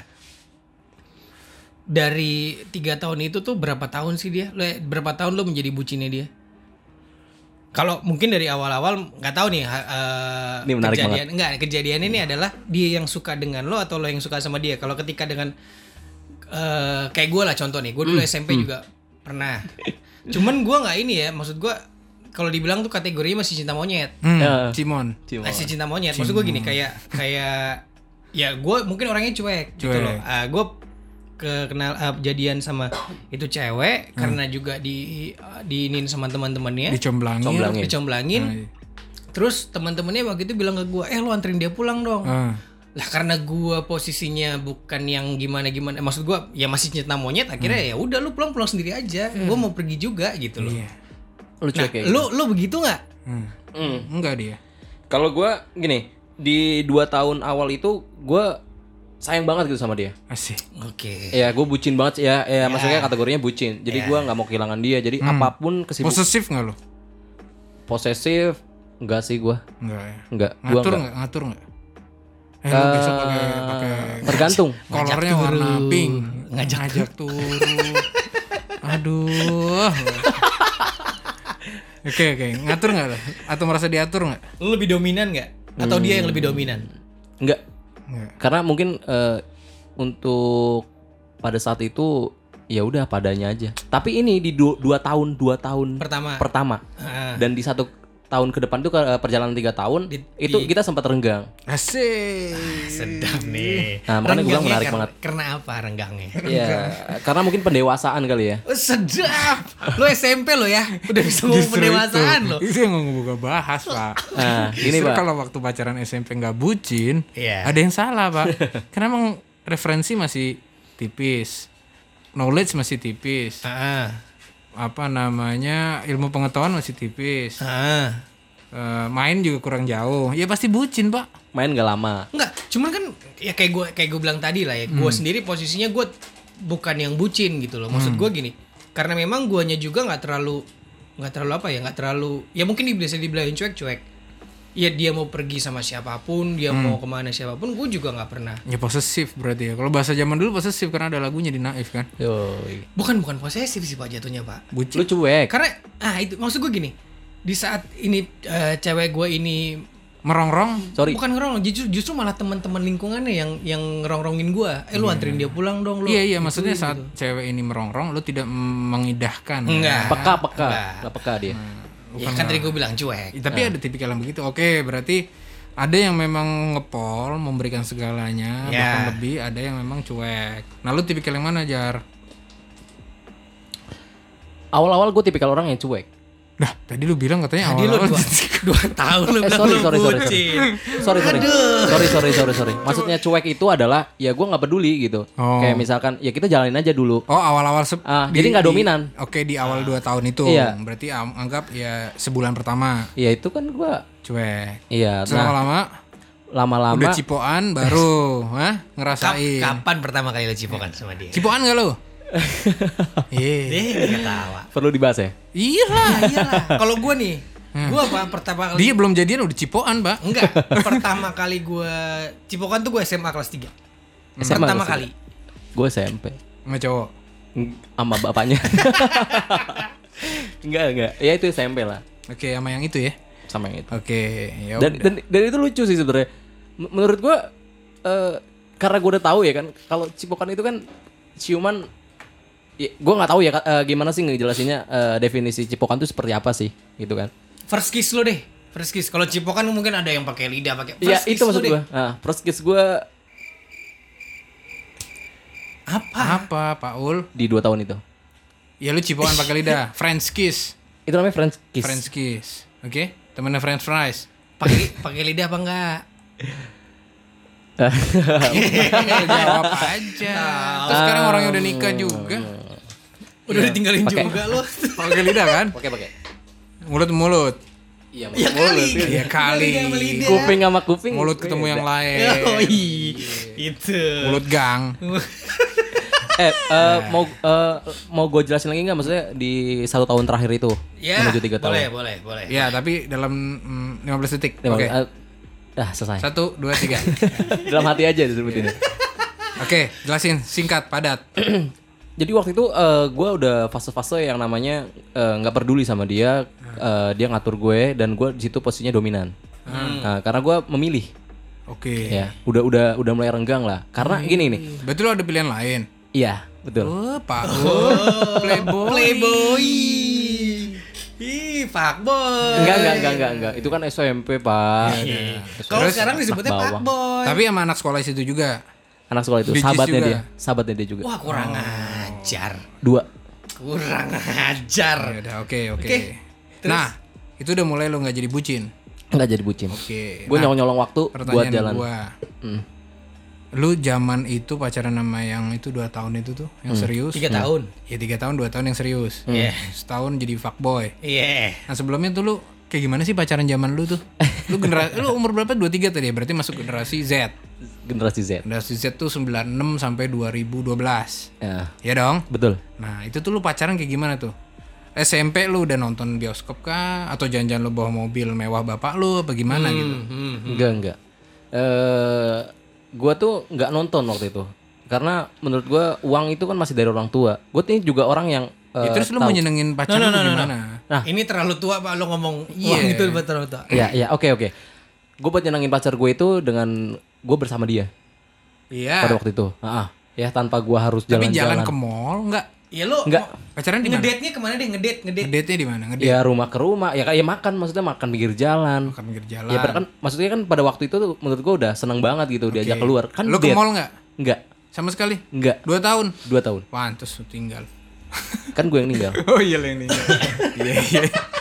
dari tiga tahun itu tuh berapa tahun sih dia? Lo berapa tahun lo menjadi bucinnya dia? Kalau mungkin dari awal-awal nggak tahu nih ha- eh, Ini menarik kejadian enggak kejadian ini adalah dia yang suka dengan lo atau lo yang suka sama dia. Kalau ketika dengan eh, kayak gue lah contoh nih, gue dulu S M P juga pernah. Cuman gue nggak ini ya, maksud gue kalau dibilang tuh kategorinya masih cinta monyet. Hmm. Ya. Cimon. Cuma. Masih cinta monyet. Maksud gue gini kayak kayak ya gue mungkin orangnya cuek, gitu Cuek. loh. Ah, gue ke kenal ah, jadian sama itu cewek karena juga di ah, diinin sama teman-temannya, Dicomblangin. Comblangin. dicomblangin. Nah, iya. Terus teman-temannya waktu itu bilang ke gue, eh lu anterin dia pulang dong. Ah. Lah karena gue posisinya bukan yang gimana-gimana, maksud gue ya masih cinta monyet. Akhirnya ya udah lu pulang-pulang sendiri aja. Gue mau pergi juga gitu loh. Iya. Lu Nah, cuek kayak lu lu begitu nggak? Hmm. Mm. Enggak dia. Kalau gue gini, di dua tahun awal itu gue sayang banget gitu sama dia. Asik. Oke. Ya gue bucin banget ya, ya maksudnya kategorinya bucin. Jadi gue nggak mau kehilangan dia. Jadi apapun kesibukan Posesif enggak lo? posesif, enggak sih gue, Enggak ya. enggak. Gua Ngatur enggak. enggak? Ngatur enggak? Eh, lu besok pakai pakai Tergantung. kolornya warna turun. pink. Ngajak Ngajak turun. Aduh. Oke oke, ngatur nggak lo? Atau merasa diatur nggak? Lu lebih dominan nggak? Atau dia yang lebih dominan? Enggak. Nggak. Karena mungkin eh, untuk pada saat itu ya udah padanya aja. Tapi ini di du- dua tahun dua tahun Pertama. pertama Ah. dan di satu tahun ke depan itu ke perjalanan tiga tahun Di- itu di- kita sempat renggang. Asik. Sedap nih. Nah, makanya gua bilang Renggangnya menarik karena- banget. Karena apa renggangnya? Ya karena mungkin pendewasaan kali ya. Oh, sedap. Lo S M P lo ya, udah bisa ngomong Justru pendewasaan itu. lo. Itu yang mau gue bahas pak. Nah ini Justru pak. kalau waktu pacaran S M P nggak bucin, Iya. ada yang salah pak. Karena emang referensi masih tipis, knowledge masih tipis, Ah, apa namanya ilmu pengetahuan masih tipis, ah. Eh, main juga kurang jauh. Ya pasti bucin pak. Main gak lama. Enggak, cuman kan ya kayak gue kayak gue bilang tadi lah ya. Gue sendiri posisinya gue bukan yang bucin gitu loh. Maksud gue gini, karena memang guanya juga nggak terlalu nggak terlalu apa ya, nggak terlalu ya mungkin bisa dibilang cuek-cuek. ya dia mau pergi sama siapapun, dia mau kemana siapapun, gue juga nggak pernah. Ya posesif berarti ya. Kalau bahasa zaman dulu posesif karena ada lagunya di Naif kan. Yoi. Bukan bukan posesif sih Pak jatuhnya Pak. Bucin. Lu cuek. Karena ah itu maksud gue gini, di saat ini eh, cewek gue ini Merongrong. Sorry. bukan ngerong, justru justru malah teman-teman lingkungannya yang yang ngerongrongin gue. Eh lu anterin dia pulang dong lu. Iya iya Gitu, maksudnya saat gitu. cewek ini merongrong lu tidak mengidahkan. Enggak. Peka peka. Enggak. Nggak peka dia. Ya kan tadi gue bilang cuek. Ya, tapi ada tipikal yang begitu. Oke, berarti ada yang memang ngepol, memberikan segalanya, Ya. bahkan lebih, ada yang memang cuek. Nah, lu tipikal yang mana, Jar? Awal-awal gue tipikal orang yang cuek. Dah, tadi lu bilang katanya Tadi lu awal-awal. dua, dua tahun lu Eh, bilang sorry, lu sorry, sorry, bucin. Sorry sorry. sorry sorry sorry sorry. Maksudnya cuek itu adalah ya gue nggak peduli gitu. Oh. Kayak misalkan ya kita jalanin aja dulu. Oh, awal-awal se- Ah, jadi nggak di- dominan. Oke, di awal dua tahun itu. Iya. Berarti am- anggap ya sebulan pertama Ya itu kan gue. cuek. Iya. Terus Nah lama-lama lama-lama. udah cipoan baru, hah? Kap- Ngerasain. kapan pertama kali lu cipokan sama dia? Cipoan gak lu? Iya. Dia ketawa. Perlu dibahas ya. Iyalah. Iyalah. Kalau gue nih, gue apa pertama kali? Dia belum jadian udah cipoan, Pak. Enggak. Pertama kali gue cipokan tuh gue S M A kelas tiga. S M A Pertama kelas kali. Gue S M P. Sama cowok. Ng- Sama bapaknya. Enggak enggak. Ya itu S M P lah. Oke, sama yang itu ya. Sama yang itu. Oke, ya Dan, udah. dan dan itu lucu sih sebenarnya. M- Menurut gue eh karena gue udah tahu ya kan kalau cipokan itu kan ciuman. Ya, gue nggak tahu ya ka- eh, gimana sih ngejelasinnya eh, definisi cipokan itu seperti apa sih gitu kan. First kiss lo deh. First kiss. Kalau cipokan mungkin ada yang pakai lidah, pakai. Iya First kiss itu lo maksud deh. gue. Nah, first kiss gue Apa? Apa, Paul? di dua tahun itu. Ya lu cipokan pakai lidah. French kiss. Itu namanya French kiss. French kiss. Oke? Temennya French fries. Pakai pakai lidah apa enggak? Jawab aja. Terus sekarang orangnya udah nikah juga. Udah ditinggalin Pakai. juga lo. Pakai lidah kan? Pakai pakai. Mulut mulut. Iya. Ya kali. Iya kali. Lidah sama lidah. Kuping sama kuping. Mulut ketemu yang lain. Oh iya. Itu. Mulut gang. Eh, eh, mau eh, mau gue jelasin lagi nggak maksudnya di satu tahun terakhir itu Ya. menuju tiga tahun. Boleh, boleh, boleh. Ya, tapi dalam mm, lima belas detik. Oke. Oke. Dah selesai. Satu, dua, tiga. Dalam hati aja disebutin. Oke, jelasin singkat, padat. Jadi waktu itu eh, gue udah fase-fase yang namanya eh, nggak peduli sama dia, eh, dia ngatur gue dan gue di situ posisinya dominan. Nah, karena gue memilih, Oke. ya udah udah udah mulai renggang lah. Karena gini nih, Berarti lu ada pilihan lain. iya betul. Oh, Pak. Playboy. Playboy. Ih, fuckboy. Enggak enggak enggak enggak enggak, itu kan S M P pak. Kalau Terus, sekarang disebutnya bawah. fuckboy. Tapi sama anak sekolah situ juga. Anak sekolah itu Bijis sahabatnya juga. dia, sahabatnya dia juga. Wah, kurang ajar. Dua. Kurang ajar. Ya udah, oke, oke. Oke, terus? Nah, itu udah mulai lu nggak jadi bucin. Enggak jadi bucin. Oke. Gue Nah, nyolong-nyolong waktu buat pertanyaan jalan. gua. Hmm. Lu zaman itu pacaran sama yang itu dua tahun itu tuh, yang serius. Tiga tahun. Ya tiga tahun, dua tahun yang serius. Iya. Setahun jadi fuckboy. Iya. Nah sebelumnya tuh lu kayak gimana sih pacaran zaman lu tuh? Lu generasi, lu umur berapa? dua puluh tiga tadi ya? Berarti masuk generasi Z. Generasi Z. Generasi Z tuh sembilan puluh enam sampai dua ribu dua belas. Ya, Ya dong? betul. Nah itu tuh lu pacaran kayak gimana tuh? S M P lu udah nonton bioskop kah? Atau jangan-jangan lu bawa mobil mewah bapak lu apa gimana gitu? Enggak enggak. Eh, gua tuh nggak nonton waktu itu. Karena menurut gua uang itu kan masih dari orang tua. Gue tuh juga orang yang Ya, eh, terus lu mau tahu. nyenengin pacaran lu gimana? Nah. Ini terlalu tua Pak lo ngomong Iya. uang itu terlalu tua. Ya, ya, oke oke. Gue buat nyenengin pacar gue itu dengan gue bersama dia Iya. pada waktu itu. Ah, ya tanpa gue harus Tapi jalan-jalan. jalan ke mall enggak? Ya lo Enggak. Pacaran di mana? ngedate-nya kemana deh? Ngedate, ngedate. Ngedate-nya di mana? Ngedate Ya rumah ke rumah, ya kayak makan maksudnya makan pinggir jalan. makan pinggir jalan. Ya pada kan maksudnya kan pada waktu itu tuh menurut gue udah seneng banget gitu diajak keluar. Kan Lu ke date. mall enggak? Enggak, Sama sekali? enggak. Dua tahun? Dua tahun. Pantes lu tinggal. Kan gue yang ninggal. Oh iya lah ini. Iya iya.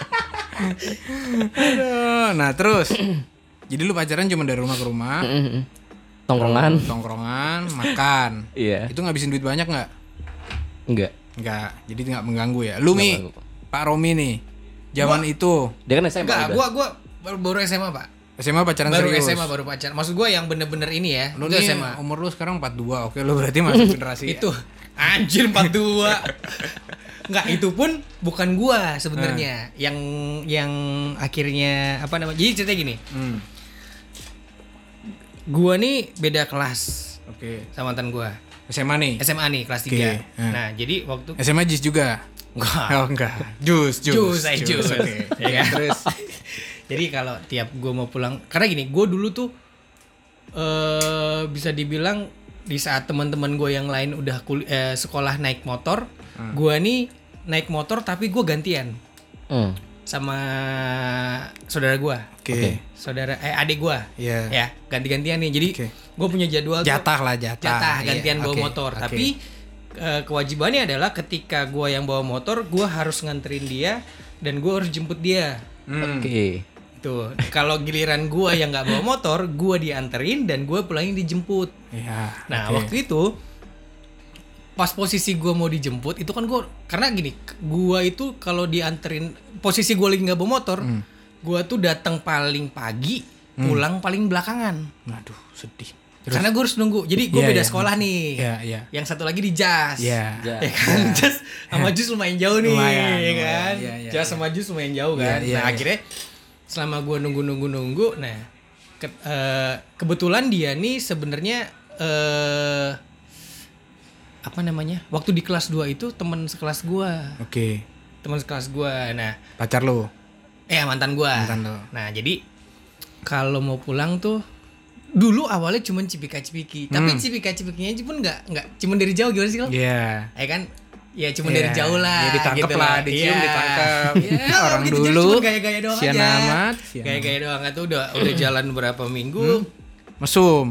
Aduh, nah terus. Jadi lu pacaran cuma dari rumah ke rumah, Mm-mm. Tongkrongan. tongkrongan, makan. Iya. Itu ngabisin duit banyak nggak? Enggak. Nggak. Jadi nggak mengganggu ya. Lu Mi, mengganggu. Pak Romi nih. Zaman itu Dia kan S M A Enggak, udah. gua gua baru, baru S M A, Pak. S M A pacaran Baru serius. S M A baru pacaran. Maksud gua yang bener-bener ini ya. Lu Itu nih S M A. umur lu sekarang empat puluh dua. Oke, lu berarti masuk generasi Itu anjir empat puluh dua. Enggak, itu pun bukan gua sebenarnya yang yang akhirnya apa namanya? Jadi ceritanya gini. Hmm. Gua nih beda kelas Oke. sama mantan gua. S M A nih. S M A nih kelas Oke, tiga. hmm. Nah, jadi waktu S M A Jis juga. Enggak. Oh enggak. Jus, jus. Jus, saya jus. Oke. Ya kan? Terus Jadi kalau tiap gue mau pulang, karena gini, gue dulu tuh eh bisa dibilang di saat teman-teman gue yang lain udah kul- eh, sekolah naik motor, Hmm. gue nih naik motor tapi gue gantian Hmm. sama saudara gue, Oke. Oke. saudara eh adik gue, Iya. ya ganti-gantian nih. Jadi Oke. gue punya jadwal tuh- Jatah lah jatah. jatah Iya, gantian bawa oke, motor, oke. tapi eh, kewajibannya adalah ketika gue yang bawa motor, gue harus nganterin dia dan gue harus jemput dia. Hmm. Oke. Tuh, kalau giliran gua yang nggak bawa motor, gua dianterin dan gua pulangin dijemput. Iya. Nah, oke. waktu itu pas posisi gua mau dijemput itu kan gua karena gini, gua itu kalau dianterin posisi gua lagi nggak bawa motor, Hmm. gua tuh datang paling pagi, pulang paling belakangan. Waduh, sedih. Karena gua harus nunggu. Jadi gua Iya, beda iya. sekolah nih. Iya, iya. Yang satu lagi di Jas. Iya. Ja. Ya kan, Jas sama Jus lumayan jauh nih, Lumayan, ya lumayan. kan. Iya, iya, Jas iya. sama Jus lumayan jauh Iya, kan. iya, nah, iya. akhirnya selama gue nunggu-nunggu-nunggu, nah ke- eh, kebetulan dia nih sebenarnya eh apa namanya? Waktu di kelas dua itu teman sekelas gue, Oke. teman sekelas gue. Nah, Pacar lu. eh mantan gue. Mantan lo. Nah, jadi kalau mau pulang tuh dulu awalnya cuma cipika-cipiki, tapi Hmm. cipika-cipikinya pun nggak nggak cuma dari jauh gimana sih kalau? Iya. Ya kan? Ya cuma Iya. dari jauh lah. Ya, ditangkep gitu lah, dicium, Iya. ditangkep. Ya, Ya, orang gitu, jadi dulu cuma gaya-gaya doang sian aja. amat, sian Gaya-gaya doang itu udah udah jalan berapa minggu. Mesum.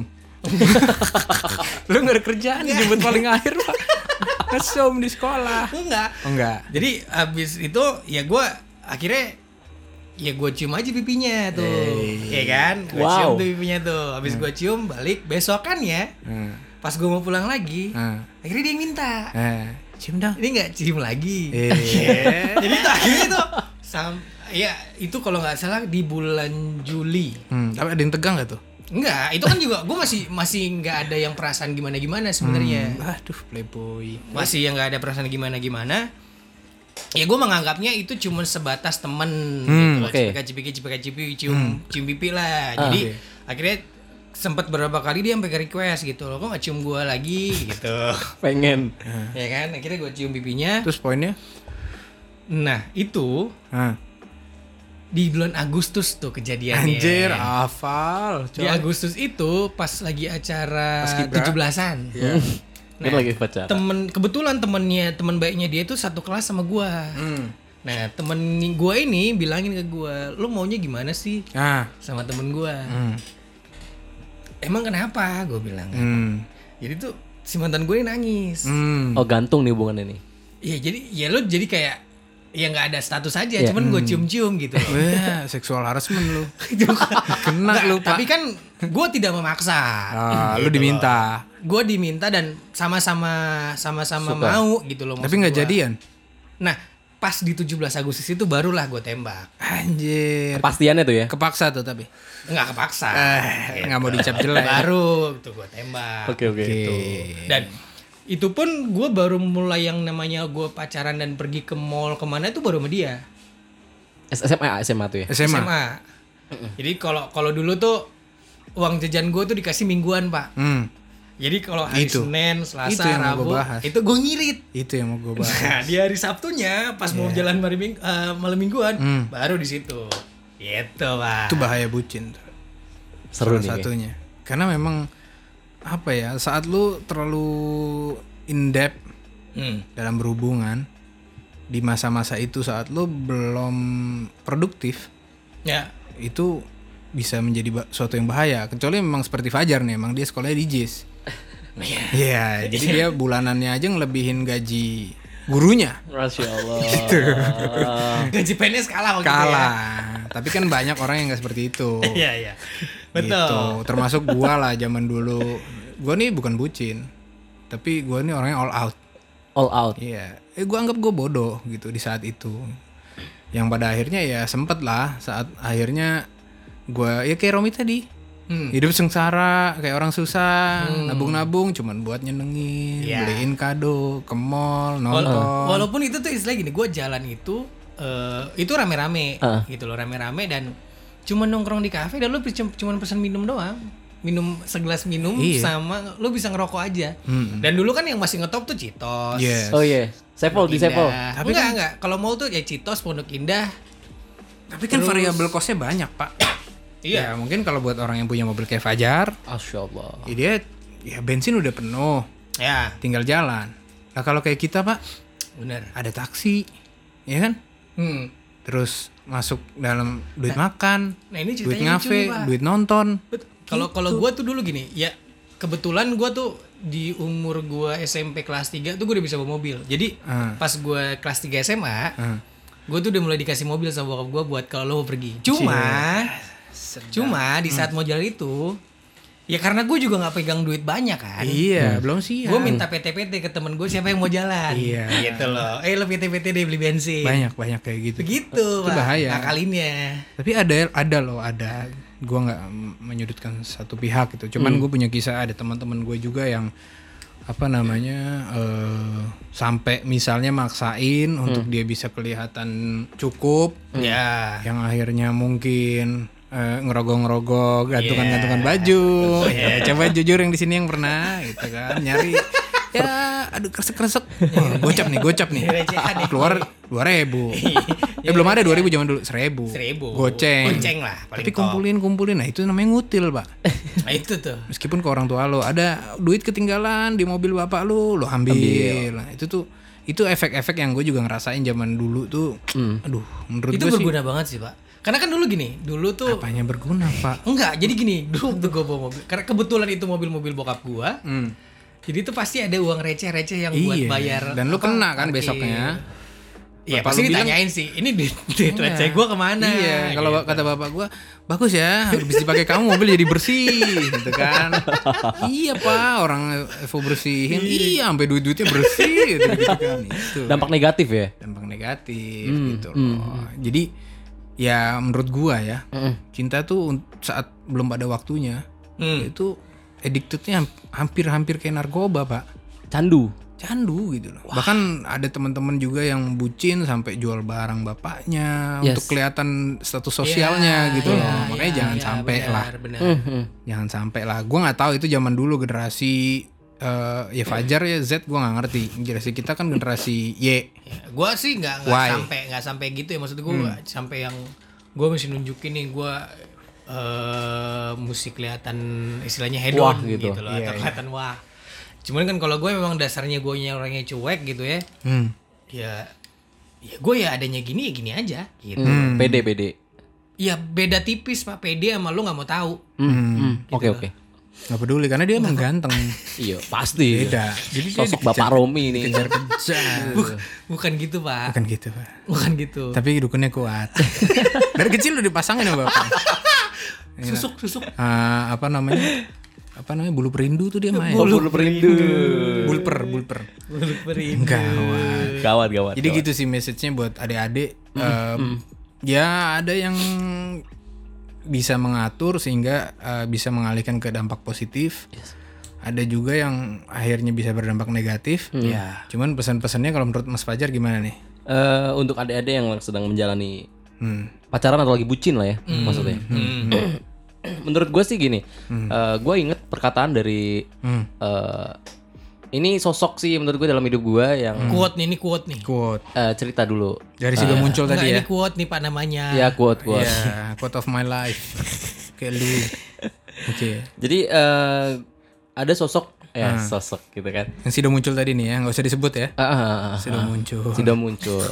Lu gak ada kerjaan dijemput paling akhir, Pak. Mesum di sekolah. Enggak. Oh, enggak. Jadi abis itu ya gue akhirnya ya gue cium aja pipinya tuh, Eh. ya kan? Gue Wow. cium tuh pipinya tuh. Abis gue cium balik besokannya, Hmm. pas gue mau pulang lagi, Hmm. akhirnya dia yang minta. Eh, cium dong. Ini nggak cium lagi. Eh. Jadi tuh akhirnya tuh sam ya itu kalau nggak salah di bulan Juli. Hmm, tapi ada yang tegang gak tuh? Enggak, itu kan juga gue masih masih nggak ada yang perasaan gimana gimana sebenarnya. Hmm, aduh, playboy. Masih yang nggak ada perasaan gimana gimana. Ya gue menganggapnya itu cuma sebatas temen Hmm, gitu loh. oke. Cipika-cipiki, cipika-cipiki, cium cium pipi lah. Ah, Jadi oke. akhirnya sempat beberapa kali dia sampai ke request gitu loh, kok nggak cium gue lagi gitu. Pengen. Ya kan, akhirnya gue cium pipinya. Terus poinnya? Nah itu Hah. di bulan Agustus tuh kejadiannya. Anjir, hafal. Di Agustus itu pas lagi acara Paskibra. tujuh belasan. Iya. Dia Nah, lagi pacaran. temen kebetulan temennya teman baiknya dia tuh satu kelas sama gua. Hmm. Nah temen gua ini bilangin ke gua, lu maunya gimana sih Ah. sama temen gua? Hmm. Emang kenapa? Gua bilang. Hmm. Jadi tuh si mantan gue ini nangis. Hmm. Oh, gantung nih hubungan ini. Iya jadi ya lu jadi kayak ya nggak ada status aja, Iya. cuman gue cium-cium gitu. Wah, seksual harassment lu. Kena Nggak, lu, Pak. tapi kan gue tidak memaksa. Ah, lu diminta. Gue diminta dan sama-sama sama-sama Suka. mau gitu loh. Tapi maksud nggak gua. jadian. Nah pas di tujuh belas Agustus itu barulah gue tembak. Anjir. Kepastiannya tuh ya. Kepaksa tuh tapi. Nggak kepaksa. Eh, nggak mau dicap jelek. Baru tuh gue tembak. Oke, oke. Oke. Dan itu pun gue baru mulai yang namanya gue pacaran dan pergi ke mall kemana itu baru sama dia. S M A, S M A tuh ya. S M A. S M A. Jadi kalau kalau dulu tuh uang jajan gue tuh dikasih mingguan pak. Hmm. Jadi kalau hari Itu. Senin, Itu Selasa, yang mau Rabu, gua bahas. itu gue ngirit. Itu yang mau gue bahas. Nah di hari Sabtunya pas mau jalan malam, ming- eh, malam mingguan, Hmm. baru di situ. Gitu pak. Itu bahaya bucin tuh. Seru Salah nih. satunya. Karena memang apa ya, saat lu terlalu in depth Hmm. dalam berhubungan di masa-masa itu, saat lu belum produktif, Ya. itu bisa menjadi ba- suatu yang bahaya. Kecuali memang seperti Fajar nih, emang dia sekolahnya di J I S. Iya, jadi dia bulanannya aja ngelebihin gaji gurunya. Masya Allah. Gaji P N S kalah waktu itu ya. Kalah. Tapi kan banyak orang yang nggak seperti itu. Iya iya. Betul. Gitu. Termasuk gua lah zaman dulu. Gua nih bukan bucin, tapi gua nih orangnya all out. All out. Iya. Eh gua anggap gua bodoh gitu di saat itu. Yang pada akhirnya ya sempet lah saat akhirnya gua ya kayak Romi tadi. Hidup sengsara kayak orang susah, nabung-nabung cuman buat nyenengin, Iya. beliin kado, ke mall, Wala- nonton. Walaupun itu tuh istilah gini, gue jalan itu eh, itu rame-rame Ah. gitu loh, rame-rame dan cuma nongkrong di kafe dan lu cuma cuma pesan minum doang. Minum segelas minum Iya. sama lu bisa ngerokok aja. Dan dulu kan yang masih ngetop tuh Citos. Yes. Oh iya, Sepol di Sepol. Indah. Tapi enggak kan- enggak, kalau mau tuh ya Citos, Pondok Indah. Tapi kan variabel costnya banyak, Pak. Iya. Ya, mungkin kalau buat orang yang punya mobil kayak Fajar, Masya Allah. ya dia ya bensin udah penuh, Ya, tinggal jalan. Nah, kalau kayak kita, Pak, benar. ada taksi, ya kan? Hmm. Terus masuk dalam duit makan, Nah, ini duit ceritanya lucu ngafe, nih, Pak. duit nonton. Bet- Kalau kalau gua tuh dulu gini, ya kebetulan gua tuh di umur gua S M P kelas tiga tuh gua udah bisa bawa mobil. Jadi Ah. pas gua kelas tiga S M A, Ah. gua tuh udah mulai dikasih mobil sama bokap gua buat kalau lo mau pergi. Cuma cuma di saat mau jalan itu ya karena gue juga nggak pegang duit banyak kan. Iya, belum sih. Gue minta P T P T ke temen gue siapa yang mau jalan. Iya. Gitu loh. Eh lo P T P T deh beli bensin. banyak banyak kayak gitu. Begitu, Itu Pak. bahaya. Ngakalinnya. Tapi ada ada loh, ada. Gua nggak menyudutkan satu pihak gitu. Cuman gue punya kisah, ada teman-teman gue juga yang apa namanya eh sampai misalnya maksain untuk dia bisa kelihatan cukup, Ya. yang akhirnya mungkin eh, ngerogok-ngerogok, gantungan-gantungan baju. Ya, coba jujur yang di sini yang pernah gitu kan, nyari ya aduh kresek-kresek. Oh, gocap nih, gocap nih. Recehan nih. Keluar dua ribu. Eh belum ada dua ribu zaman dulu, seribu. Seribu. Goceng. Goceng lah, paling Tapi top. kumpulin-kumpulin, nah itu namanya ngutil, Pak. Nah itu tuh. Meskipun ke orang tua lo ada duit ketinggalan di mobil bapak lo, lo ambil. Nah, itu tuh itu efek-efek yang gue juga ngerasain zaman dulu tuh. Aduh, menurut Itu gue sih berguna banget sih, Pak. Karena kan dulu gini, dulu tuh apanya berguna, Pak? enggak, jadi gini, dulu waktu gue bawa mobil. Karena kebetulan itu mobil-mobil bokap gua. Hmm. Jadi itu pasti ada uang receh-receh yang buat Iya. bayar. Dan lu apa, kena kan parkir. besoknya. Iya, Bapak pasti lu bilang- ditanyain sih. Ini duit, duit Iya. receh gua kemana? Iya, kalau Gitu. kata bapak gua, bagus ya, habis dipakai kamu mobil jadi bersih, gitu kan. Iya pak, orang Evo bersihin, iya sampai duit-duitnya bersih, gitu, gitu kan. Itu Dampak negatif ya? dampak negatif, gitu loh. Jadi ya menurut gua ya, cinta tuh un- saat belum pada waktunya, Hmm. itu addicted-nya ham- hampir-hampir kayak narkoba pak. Candu. Candu gitu loh. Bahkan ada teman-teman juga yang bucin sampai jual barang bapaknya Yes. untuk kelihatan status sosialnya Iya, gitu iya, loh. Makanya iya, jangan iya, sampai benar, lah. Benar. Mhm. Jangan sampai lah. Gua nggak tahu itu zaman dulu generasi eh, ya Fajar ya Z gua nggak ngerti. Generasi kita kan generasi Y. Ya, gua sih nggak nggak Why? sampai nggak sampai gitu ya, maksud gua nggak sampai yang gua mesti nunjukin nih gua eh mesti kelihatan istilahnya hedon Wah, gitu, gitu. loh, Iya, atau iya. kelihatan wah. Cuman kan kalau gue memang dasarnya gue orangnya cuek gitu ya, Hmm. ya ya gue ya adanya gini ya gini aja gitu. Hmm. Pede pede. Ya beda tipis pak, pede sama lu nggak mau tahu. Hmm. Oke oke. Nggak peduli karena dia emang ganteng. Iya pasti. Beda. Jadi dia Sosok dikejar- Bapak Romi nih. Kejar-kejar. Bukan gitu pak, Bukan gitu pak. bukan gitu. Tapi dukunnya kuat. Dari kecil udah dipasangin sama bapak. Susuk susuk. Ah, apa namanya? Apa namanya? Bulu perindu tuh dia main. Bulu perindu. Bulper, bulper. Bulu perindu. Gawat. Gawat gawat. Jadi gitu sih message-nya buat adik-adik. Em, Ya ada yang bisa mengatur sehingga eh, bisa mengalihkan ke dampak positif. Ada juga yang akhirnya bisa berdampak negatif. Ya. Cuman pesan-pesannya kalau menurut Mas Fajar gimana nih? Eh, untuk adik-adik yang sedang menjalani Hmm. pacaran atau lagi bucin lah ya maksudnya. Hmm. Menurut gue sih gini, eh, gue inget perkataan dari Hmm. eh, ini sosok sih menurut gue dalam hidup gue yang Quote nih, ini quote nih. Quote. eh, cerita dulu. Dari situ muncul Enggak, tadi ya. ini quote nih pak namanya. Ya quote quote. Ya, quote of my life. Kayak lu. Oke. Jadi eh, ada sosok ya sosok gitu kan. Yang sudah muncul tadi nih ya, nggak usah disebut ya. Ah, ah, ah, ah. Sudah muncul. Sudah muncul.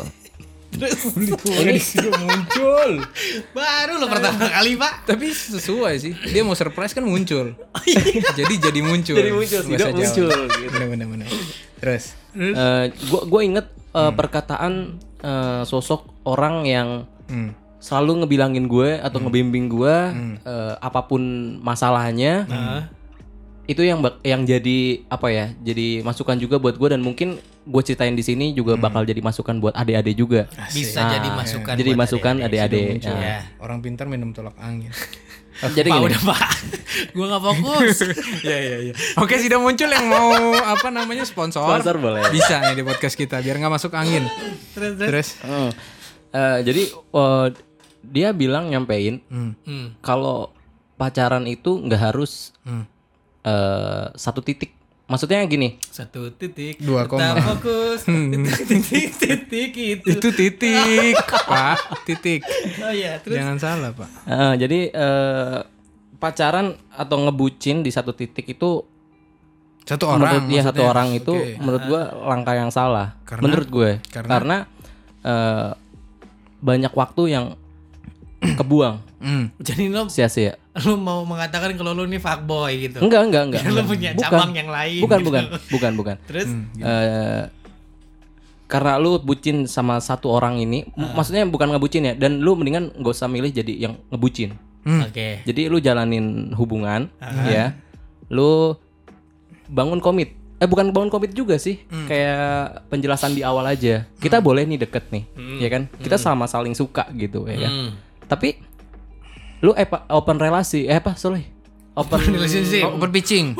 Ini sudah muncul. Baru lo pertama kali pak. Tapi sesuai sih. Dia mau surprise kan muncul. jadi jadi muncul. Jadi muncul, Bahasa tidak Jawa. muncul, gitu. Bener bener bener. Terus. Eh, gua gua inget eh, perkataan eh, sosok orang yang Hmm. selalu ngebilangin gue atau ngebimbing gue eh, apapun masalahnya itu yang bak- yang jadi apa ya? Jadi masukan juga buat gue, dan mungkin gue ceritain di sini juga bakal jadi masukan buat adik-adik juga. Bisa Nah, jadi masukan. Jadi buat masukan adik-adik. Muncul. Nah, Ya. Orang pintar minum tolak angin. Jadi Pak gini. udah Pak, gue nggak fokus. Iya iya iya. Oke, sudah muncul yang mau apa namanya sponsor. Sponsor boleh. Bisa nih di podcast kita biar nggak masuk angin. Terus, Terus. Hmm. Eh, jadi eh, dia bilang nyampein Hmm. Hmm. kalau pacaran itu nggak harus Hmm. eh, satu titik. Maksudnya gini. Satu titik. Dua tetap koma. fokus. Titik, titik, titik itu. Itu titik, Pak. Titik. Oh iya, terus. Jangan salah, Pak. Eh, jadi eh, pacaran atau ngebucin di satu titik itu Satu orang. menurut dia satu maksudnya. orang itu Oke. menurut gua langkah yang salah. Karena- menurut gue. karena- Karena, eh, banyak waktu yang kebuang Hmm. Jadi lo, sia-sia. lo mau mengatakan kalau lo nih fuckboy gitu. Enggak, enggak, enggak. Lo enggak. punya Bukan. cabang yang lain. Bukan, gitu. bukan, bukan, bukan. Terus Eh, karena lu bucin sama satu orang ini, m- maksudnya bukan ngebucin ya, dan lu mendingan gak usah milih jadi yang ngebucin. oke. Jadi lu jalanin hubungan, ya, lu bangun komit. Eh bukan bangun komit juga sih, kayak penjelasan di awal aja. Kita boleh nih deket nih, ya kan? Kita sama saling suka gitu, ya kan? Hmm. Tapi lu eh, pa- open relasi, eh apa sorry, open Relationship. Oh, berpicing.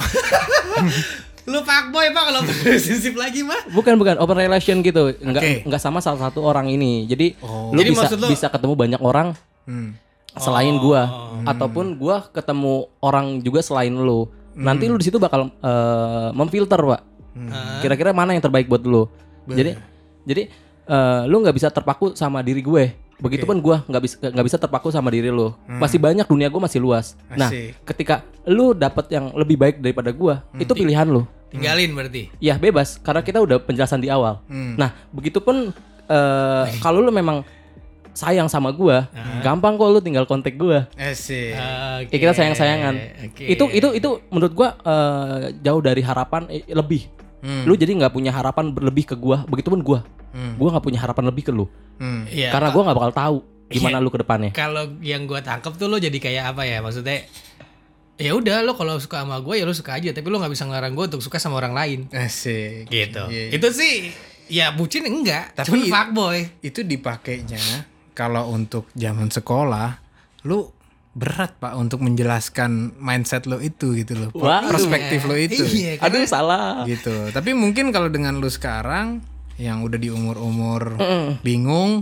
Lo fuckboy Pak kalau relationship lagi mah. Bukan bukan open relation gitu, nggak Oke. nggak sama salah satu orang ini. Jadi lu Jadi bisa maksud lu- bisa ketemu banyak orang Hmm. selain gua, ataupun gua ketemu orang juga selain lu. Nanti lu di situ bakal eh, memfilter, Pak. Kira-kira mana yang terbaik buat lu. Jadi jadi eh, lu nggak bisa terpaku sama diri gue. Begitupun gua nggak bisa nggak bisa terpaku sama diri lu. Masih banyak, dunia gua masih luas. Nah, Asik. ketika lu dapet yang lebih baik daripada gua, itu pilihan lu. Tinggalin berarti. Ya bebas, karena kita udah penjelasan di awal. Hmm. Nah, begitupun eh, kalau lu memang sayang sama gua, gampang kok lu tinggal kontak gua. Asik. Oke. Ya kita sayang-sayangan. Oke. Itu itu itu menurut gua eh, jauh dari harapan eh, lebih. Hmm. Lu jadi nggak punya harapan berlebih ke gua, begitupun gua. Hmm. Gua nggak punya harapan lebih ke lu. Hmm. Iya, Karena gua nggak bakal tahu gimana Iya. lu ke depannya. kalau yang gue tangkep tuh lo jadi kayak apa ya, maksudnya ya udah lo kalau suka sama gue ya lo suka aja, tapi lo nggak bisa ngelarang gue untuk suka sama orang lain Asik. gitu. Iya. Itu sih ya bucin enggak, Tapi cuman it- fuckboy. Itu dipakainya kalau untuk zaman sekolah, lu berat Pak untuk menjelaskan mindset lo itu gitu loh. Wah, Perspektif lo itu. Iya, karena Aduh salah. Gitu. Tapi mungkin kalau dengan lu sekarang yang udah di umur-umur bingung,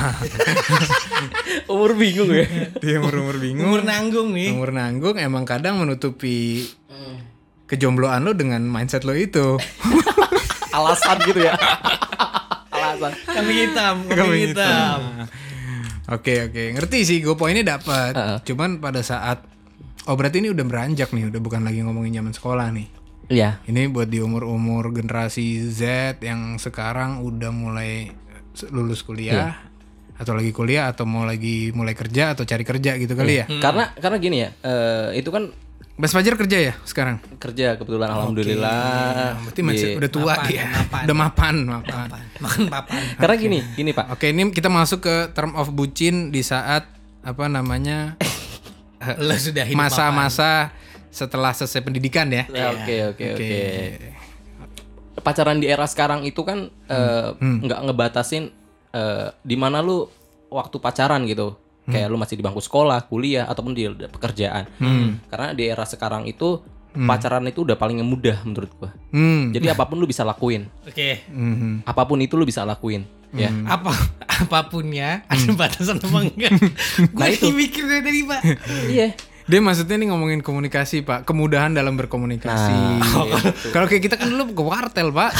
Umur bingung ya. di umur-umur bingung, umur nanggung nih. umur nanggung emang kadang menutupi kejombloan lo dengan mindset lo itu. Alasan gitu ya. Alasan. Kambing hitam, Kambing kambing hitam. Oke oke, ngerti sih, gue poinnya dapat. Heeh. Cuman pada saat, oh berarti ini udah beranjak nih, udah bukan lagi ngomongin zaman sekolah nih. Iya. Ini buat di umur-umur generasi Z yang sekarang udah mulai lulus kuliah, atau lagi kuliah, atau mau lagi mulai kerja atau cari kerja gitu kali ya. Karena karena gini ya, eh, itu kan Mas Fajar kerja ya sekarang? kerja kebetulan alhamdulillah. Berarti masih Di- udah tua Mapan, dia, mapan. udah mapan, mapan. Makan papan. Karena gini, gini Pak. Oke, ini kita masuk ke term of bucin di saat apa namanya Lo sudah hidup mapan. masa-masa setelah selesai pendidikan ya. Ya, Oke oke Oke. oke. Pacaran di era sekarang itu kan eh, nggak ngebatasin eh, di mana lu waktu pacaran gitu. Kayak lu masih di bangku sekolah, kuliah ataupun di pekerjaan. Karena di era sekarang itu pacaran itu udah paling mudah menurut gua. Hmm. Jadi apapun lu bisa lakuin. Oke. Mhm. Apapun itu lu bisa lakuin, ya. Apa apapunnya ada batasan apa enggak? Gue Nah, itu. mikir dari tadi Pak. Iya. Dia maksudnya nih ngomongin komunikasi Pak, kemudahan dalam berkomunikasi. Nah, Kalau kayak kita kan dulu ke wartel Pak.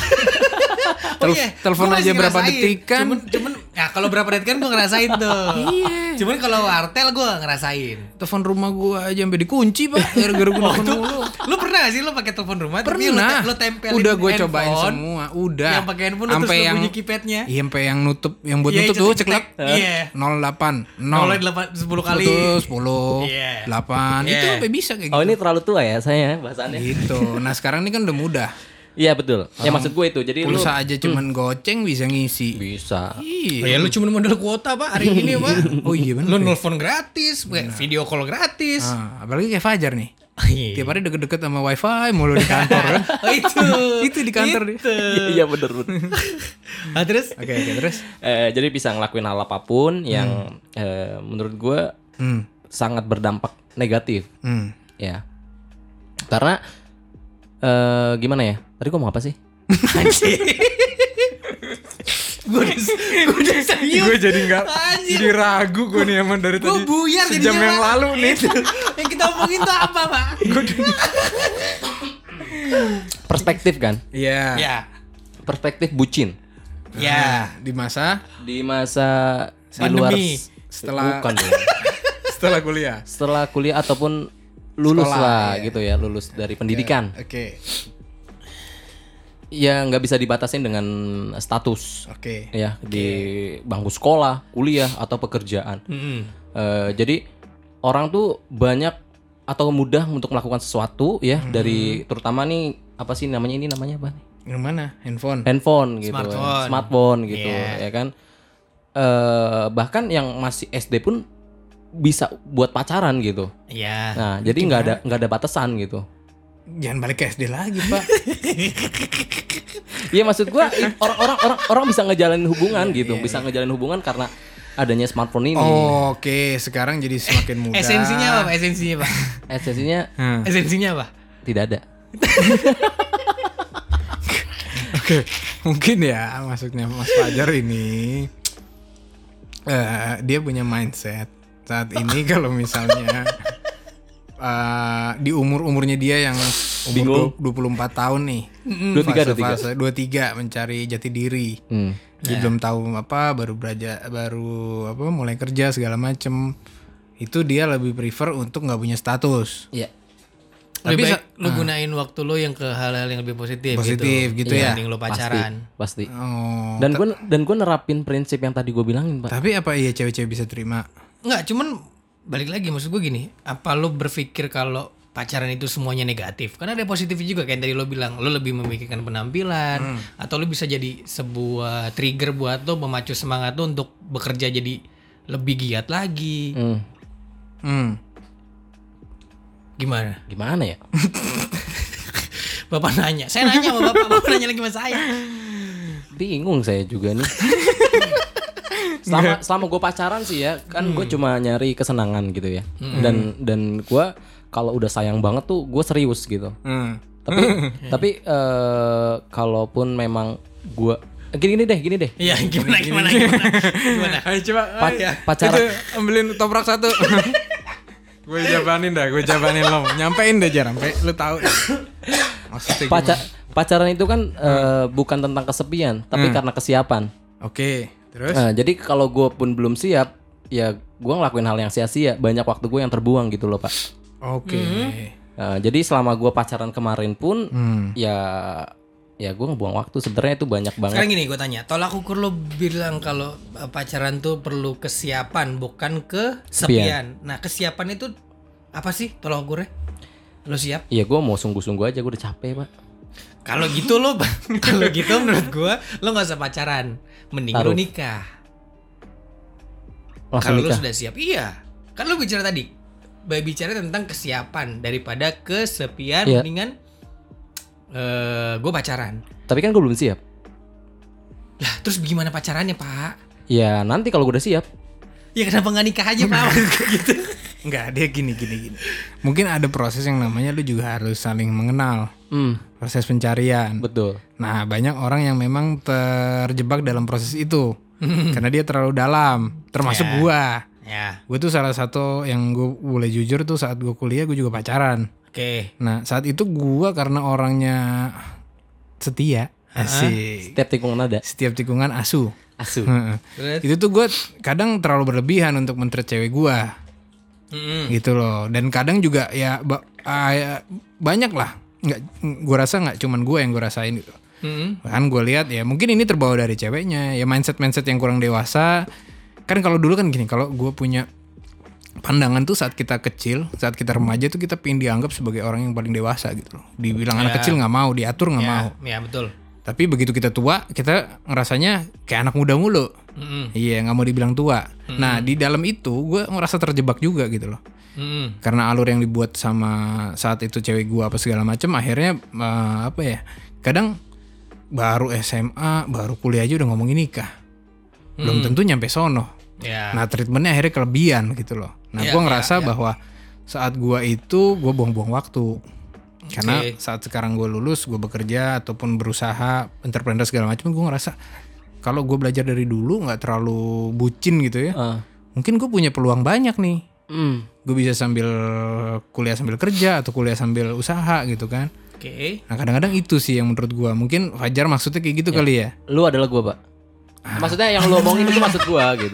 Oh Tel- iya, telepon gua aja masih berapa ngerasain. detik kan? Cuman, cuman ya kalau berapa detik kan gue ngerasain tuh. Iya. Cuman kalau wartel gue ngerasain. Telepon rumah gua aja sampai dikunci Pak, gara-gara gua Oh, nelfon itu, mulu. lu pernah gak sih lu pakai telepon rumah tapi lu, Pernah. te- lu tempelin Udah gue handphone, cobain semua, udah. Yang pakai handphone lu terus Sampai lu yang bunyi keypadnya. Iya, sampai yang nutup, yang buat Iya, nutup itu tuh ceklek. ceklek. Iya. nol delapan nol nol delapan sepuluh kali. Itu sepuluh, Iya. delapan, Iya. itu sampai bisa kayak Oh gitu. ini terlalu tua ya saya bahasannya. Gitu. Nah sekarang ini kan udah mudah. Iya betul. Ya maksud gue itu. Jadi lu Pulsa aja cuman goceng bisa ngisi. bisa. Oh, Iya. ya lu cuma modal kuota Pak hari ini Pak. Oh iya bener. Lu nelfon gratis, video call gratis. Ah, apalagi kayak Fajar nih. Iya. Tiap hari deket-deket sama wifi mulu di kantor kan. Oh itu. Itu di kantor dia. Iya bener bener. Ah, terus? Oke, oke, terus. Eh, jadi bisa ngelakuin hal apapun yang eh, menurut gue Hmm. sangat berdampak negatif, Hmm. ya. Karena eh, gimana ya? Tadi gue mau apa sih? Gue udah, gue udah serius. Gue jadi nggak, Anjir. jadi ragu gue nih emang dari Gue tadi. buyar sejam jadinya, yang Pak. lalu nih. Yang kita omongin tuh apa, Pak? Perspektif kan? Iya. Ya. Perspektif bucin Ya. Di masa di masa di luar Pandemi. setelah bukan dong. setelah kuliah. Setelah kuliah ataupun lulus Sekolah, lah iya. gitu ya, lulus dari pendidikan. Oke. Ya nggak bisa dibatasin dengan status Oke. ya di bangku sekolah, kuliah atau pekerjaan. Mm-mm. Eh, jadi orang tuh banyak atau mudah untuk melakukan sesuatu ya dari terutama nih apa sih namanya ini namanya apa nih? Yang mana? Handphone. Handphone gitu, Smartphone. smartphone gitu Iya. ya kan. Eh, bahkan yang masih S D pun bisa buat pacaran gitu. Ya. Nah jadi nggak ada nggak ada batasan gitu. Jangan balik ke S D lagi, Pak. Iya maksud gua orang-orang orang orang bisa ngejalanin hubungan gitu, bisa ngejalanin hubungan karena adanya smartphone ini. Oh, oke, sekarang jadi semakin mudah. Esensinya apa, Pak? Esensinya, Pak? Esensinya Hmm. Esensinya apa? tidak ada. Oke, mungkin ya maksudnya Mas Fajar ini eh, dia punya mindset saat ini kalau misalnya eh, di umur-umurnya dia yang Bingung. umur dua puluh empat tahun nih. dua puluh tiga, dua puluh tiga. Fase dua puluh tiga mencari jati diri. Hmm. Dia belum tahu apa, baru belajar, baru apa mulai kerja segala macem. Itu dia lebih prefer untuk nggak punya status. Iya. Lebih Tapi baik lu gunain waktu lu yang ke hal-hal yang lebih positif, Positif gitu ya? Dibanding lu pacaran. Pasti. Oh, Dan gue dan gue nerapin prinsip yang tadi gue bilangin, Pak. tapi apa iya cewek-cewek bisa terima? Enggak, cuman balik lagi maksud gue gini, apa lu berpikir kalau pacaran itu semuanya negatif? Karena ada positifnya juga kayak yang tadi lo bilang, lo lebih memikirkan penampilan atau lo bisa jadi sebuah trigger buat lo memacu semangat lo untuk bekerja jadi lebih giat lagi. Hmm. Hmm. Gimana? Gimana ya? Bapak nanya, saya nanya sama bapak, bapak nanya lagi sama saya. Bingung saya juga nih. selama selama gue pacaran sih ya, kan gue cuma nyari kesenangan gitu ya. Dan dan gue kalau udah sayang banget tuh gue serius gitu. Hmm. Tapi tapi eh, kalaupun memang gue gini gini deh gini deh. Iya, gimana gimana gimana? Gimana? Ayo coba, Pa- ayo. pacaran. Itu, ambilin toprak satu. Gue jabanin dah, gue jabanin lo. Nyampein deh Jar, sampai lu tahu. Maksudnya gimana? Paca- pacaran itu kan eh, bukan tentang kesepian, tapi karena kesiapan. Oke, terus? Nah, jadi kalau gue pun belum siap, ya gue ngelakuin hal yang sia-sia. Banyak waktu gue yang terbuang gitu loh, Pak. Oke. Nah, jadi selama gue pacaran kemarin pun, Hmm. ya ya gue ngebuang waktu. Sebenarnya itu banyak banget. Sekarang gini gue tanya, tolak ukur lo bilang kalau uh, pacaran tuh perlu kesiapan bukan kesepian. Nah kesiapan itu apa sih tolak ukurnya? Lo siap? Iya gue mau sungguh-sungguh aja, gue udah capek, Pak. Kalau gitu lo, kalau gitu menurut gue lo nggak usah pacaran, mending lo Taruh. nikah. Langsung Kalau lo nikah. sudah siap, iya. Kan lo bicara tadi, bicara tentang kesiapan daripada kesepian, Iya. mendingan uh, gue pacaran. Tapi kan gue belum siap. Lah terus gimana pacarannya pak? Ya nanti kalau gue udah siap. Ya kenapa nggak nikah aja pak? Maksud gue gitu. Enggak, dia gini gini gini. Mungkin ada proses yang namanya lu juga harus saling mengenal. Hmm, Proses pencarian. betul. Nah, banyak orang yang memang terjebak dalam proses itu. Karena dia terlalu dalam, termasuk Ya. gua. Ya, Gue tuh salah satu yang gue boleh jujur tuh saat gue kuliah gue juga pacaran. oke. Nah saat itu gue karena orangnya setia, asik. Setiap tikungan ada. Setiap tikungan asu. Asu. Heeh. Terus? Itu tuh gue kadang terlalu berlebihan untuk mentreat cewek gue, Mm-mm. gitu loh. Dan kadang juga ya, ba- ah, ya banyak lah. Nggak, gue rasa nggak cuman gue yang gue rasain gitu. Mm-mm. Kan gue lihat ya mungkin ini terbawa dari ceweknya, ya mindset mindset yang kurang dewasa. Kan kalau dulu kan gini, kalau gue punya pandangan tuh saat kita kecil, saat kita remaja tuh kita pengen dianggap sebagai orang yang paling dewasa gitu loh. Dibilang anak Ya. kecil nggak mau, diatur nggak Ya, mau. ya betul. Tapi begitu kita tua, kita ngerasanya kayak anak muda mulu. Mm-mm. Iya, nggak mau dibilang tua. Nah, di dalam itu gue ngerasa terjebak juga gitu loh. Mm-mm. Karena alur yang dibuat sama saat itu cewek gue apa segala macam, akhirnya eh, apa ya? Kadang baru S M A, baru kuliah aja udah ngomongin nikah. Belum tentu nyampe sono. Ya. Nah, treatmentnya akhirnya kelebihan gitu loh. Nah, Ya, gue ya, ngerasa ya. bahwa saat gue itu gue buang-buang waktu. Karena Oke. saat sekarang gue lulus, gue bekerja ataupun berusaha, entrepreneur segala macam, gue ngerasa kalau gue belajar dari dulu nggak terlalu bucin gitu ya, Ah. mungkin gue punya peluang banyak nih. Hmm. Gue bisa sambil kuliah sambil kerja atau kuliah sambil usaha gitu kan. Oke. Nah kadang-kadang itu sih yang menurut gue, mungkin Fajar maksudnya kayak gitu kali ya. Lu adalah gua, Pak. Maksudnya yang lu omongin itu maksud gua gitu.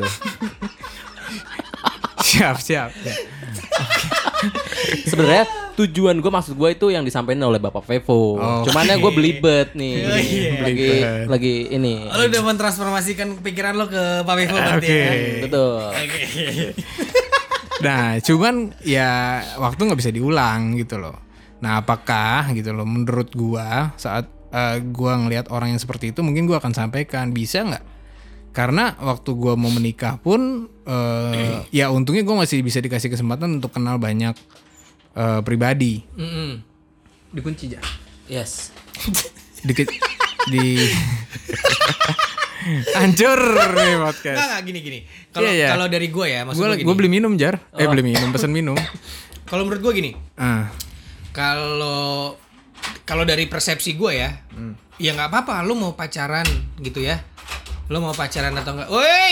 Siap siap. Ya. Sebenarnya tujuan gue maksud gue itu yang disampaikan oleh Bapak Vevo. Oh, Cuman ya gue belibet nih. Oh, iya. Lagi Belibet. lagi ini. Lo udah mentransformasikan pikiran lo ke Pak Bevo berarti Oke. ya? Betul. Oke. Nah cuman ya waktu nggak bisa diulang gitu loh. Nah apakah gitu loh menurut gue saat uh, gue ngelihat orang yang seperti itu, mungkin gue akan sampaikan bisa nggak? Karena waktu gue mau menikah pun uh, ya untungnya gue masih bisa dikasih kesempatan untuk kenal banyak uh, pribadi. Mm-mm. Dikunci aja. Yes. Di di hancur nih Nggak, podcast. nggak, gini gini. Kalau Iya, iya. kalau dari gue ya, maksud Gue gue gini. gue beli minum Jar. Eh beli minum, pesen minum. Kalau menurut gue gini, Ah, kalau kalau dari persepsi gue ya, ya nggak apa-apa. Lo mau pacaran gitu ya, lo mau pacaran atau enggak? Woi,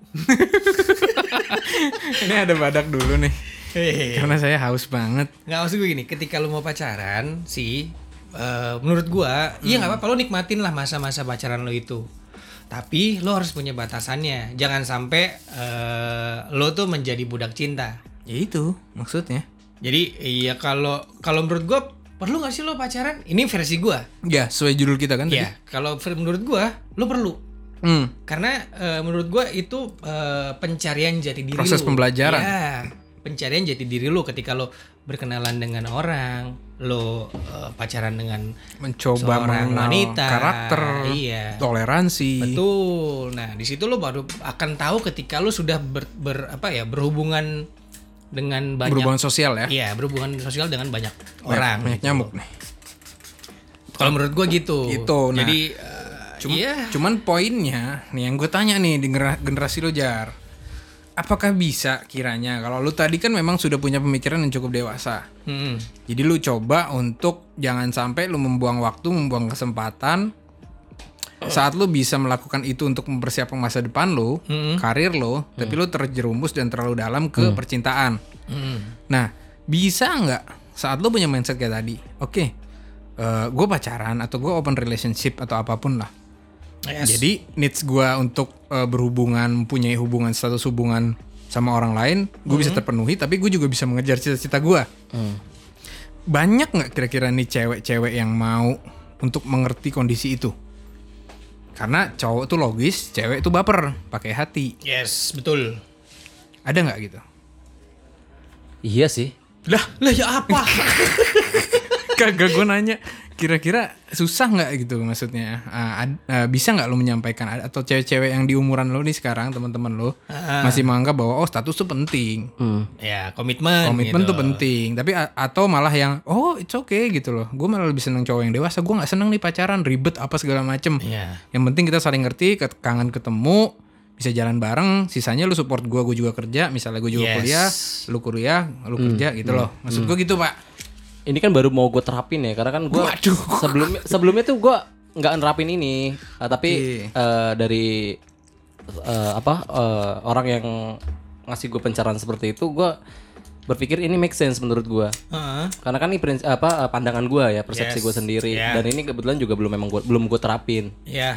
ini ada badak dulu nih. Hehehe. Karena saya haus banget. nggak maksud gue gini. Ketika lo mau pacaran sih, eh, menurut gue, iya nggak apa-apa. Lo nikmatin lah masa-masa pacaran lo itu. Tapi lo harus punya batasannya. Jangan sampai eh, lo tuh menjadi budak cinta. Ya itu maksudnya. Jadi iya kalau kalau menurut gue perlu nggak sih lo pacaran? Ini versi gue. Ya sesuai judul kita kan Ya kalau ver- menurut gue lo perlu. tadi. Hmm. Karena eh, menurut gue itu eh, pencarian jati diri Proses lu. pembelajaran. Ya, pencarian jati diri lu ketika lo berkenalan dengan orang, lo eh, pacaran dengan Mencoba seorang mengenal wanita, karakter, iya. toleransi. Betul. Nah, di situ lo baru akan tahu ketika lo sudah ber, ber- apa ya, berhubungan dengan banyak Berhubungan sosial ya. Iya, berhubungan sosial dengan banyak Banyak- orang. banyak gitu. nyamuk nih. Kalau menurut gue gitu. Gitu, nah. Jadi eh, Cuma, iya. Cuman poinnya nih yang gue tanya nih di genera- generasi lo Jar, apakah bisa kiranya kalau lu tadi kan memang sudah punya pemikiran yang cukup dewasa, Hmm. jadi lu coba untuk jangan sampai lu membuang waktu, membuang kesempatan saat lu bisa melakukan itu untuk mempersiapkan masa depan lu, Hmm. karir lu, tapi lu terjerumus dan terlalu dalam ke percintaan. Hmm. Nah, bisa nggak saat lu punya mindset kayak tadi, oke, gue pacaran atau gue open relationship atau apapun lah. Yes. Jadi needs gue untuk uh, berhubungan, mempunyai hubungan, status hubungan sama orang lain, gue bisa terpenuhi, tapi gue juga bisa mengejar cita-cita gue. Banyak nggak kira-kira nih cewek-cewek yang mau untuk mengerti kondisi itu? Karena cowok tuh logis, cewek tuh baper, pakai hati. Yes, betul. Ada nggak gitu? Iya sih. Lah, lah ya apa? Kagak, gue nanya, kira-kira susah nggak gitu maksudnya? Ah, ad- ah, bisa nggak lo menyampaikan, atau cewek-cewek yang di umuran lo nih sekarang, teman-teman lo Ah. masih menganggap bahwa oh status tuh penting, Hmm. Ya, komitmen. komitmen gitu. tuh penting, tapi a- atau malah yang oh it's okay gitu loh, gue malah lebih seneng cowok yang dewasa, gue nggak seneng nih pacaran ribet apa segala macem. Iya. Yang penting kita saling ngerti, ket- kangen ketemu, bisa jalan bareng, sisanya lu support gue, gue juga kerja, misalnya gue juga Yes. kuliah, lu kuliah, lu kerja gitu loh, maksud gue gitu pak. Ini kan baru mau gue terapin ya, karena kan gue Waduh. sebelumnya sebelumnya tuh gue nggak nerapin ini, Ah, tapi Oke. eh, dari eh, apa eh, orang yang ngasih gue pencerahan seperti itu, gue berpikir ini make sense menurut gue. Heeh. Karena kan ini prins- apa eh, pandangan gue ya, persepsi Yes. gue sendiri, Yeah. dan ini kebetulan juga belum memang gua, belum gue terapin. Ya.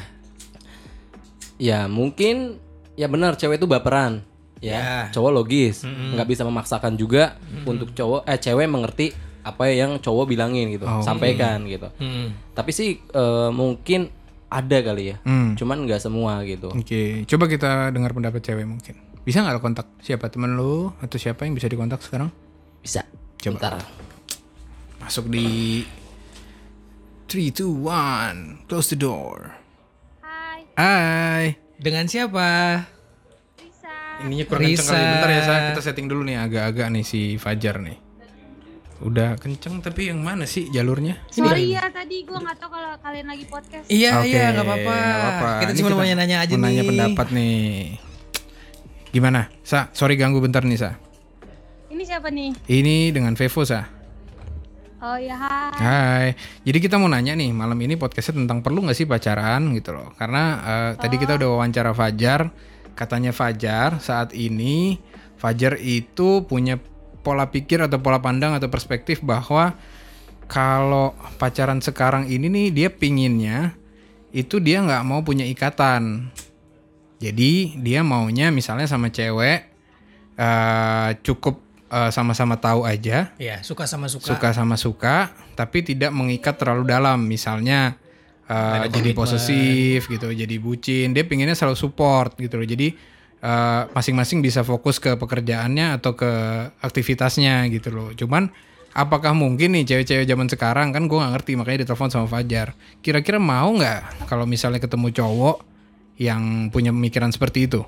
Ya mungkin ya benar cewek itu baperan, ya Ya. cowok logis, nggak bisa memaksakan juga untuk cowok eh cewek mengerti apa yang cowok bilangin gitu, sampaikan gitu. Hmm. Tapi sih eh, mungkin ada kali ya, Hmm. cuman nggak semua gitu. Oke, coba kita dengar pendapat cewek mungkin. Bisa nggak lo kontak siapa temen lo atau siapa yang bisa dikontak sekarang? Bisa. Coba. Bentar. Masuk di three, two, one, close the door. Hai, Hai, Dengan siapa? Risa. Ininya kurang kenceng Risa. kali. Bentar ya, Sa. Kita setting dulu nih agak-agak nih si Fajar nih. Udah kenceng tapi yang mana sih jalurnya? Sorry ya tadi gue nggak tahu kalau kalian lagi podcast. Iya Oke, iya nggak apa-apa. nggak apa-apa. Kita Ini cuma mau nanya-nanya aja mau nih. nanya pendapat nih. Gimana? Sa, sorry ganggu bentar nih, Sa. Ini siapa nih? Ini dengan Vevo, Sa. Oh ya hai. Hai. Jadi kita mau nanya nih, malam ini podcastnya tentang perlu nggak sih pacaran gitu loh. Karena eh, tadi kita udah wawancara Fajar. Katanya Fajar saat ini, Fajar itu punya pola pikir atau pola pandang atau perspektif bahwa kalau pacaran sekarang ini nih dia pinginnya itu dia nggak mau punya ikatan. Jadi dia maunya misalnya sama cewek eh, cukup eh, sama-sama tahu aja, Iya, suka sama suka. suka sama suka, tapi tidak mengikat terlalu dalam. Misalnya eh, Ada jadi komitmen. posesif gitu, jadi bucin. Dia pinginnya selalu support gitu loh. Jadi eh, masing-masing bisa fokus ke pekerjaannya atau ke aktivitasnya gitu loh. Cuman apakah mungkin nih cewek-cewek zaman sekarang, kan gue nggak ngerti makanya ditelepon sama Fajar. Kira-kira mau nggak kalau misalnya ketemu cowok yang punya pemikiran seperti itu?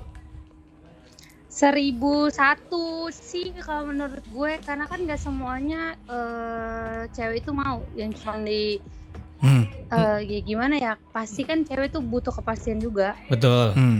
Seribu satu sih kalau menurut gue, karena kan nggak semuanya eh, cewek itu mau yang cuma di Hmm. eh, ya gimana ya, pasti kan cewek itu butuh kepastian juga. Betul. Hmm.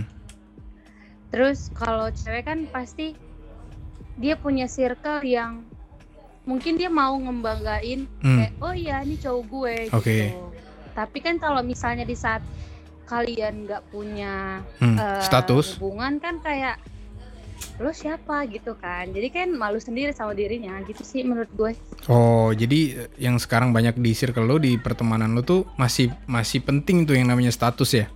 Terus kalau cewek kan pasti dia punya circle yang mungkin dia mau ngebanggain Hmm. kayak oh iya ini cowok gue Oke. gitu. Tapi kan kalau misalnya di saat kalian nggak punya Hmm. eh, Status. hubungan kan kayak lo siapa gitu kan, jadi kan malu sendiri sama dirinya gitu sih menurut gue. Oh, jadi eh, yang sekarang banyak di circle lo, di pertemanan lo tuh masih masih penting tuh yang namanya status ya?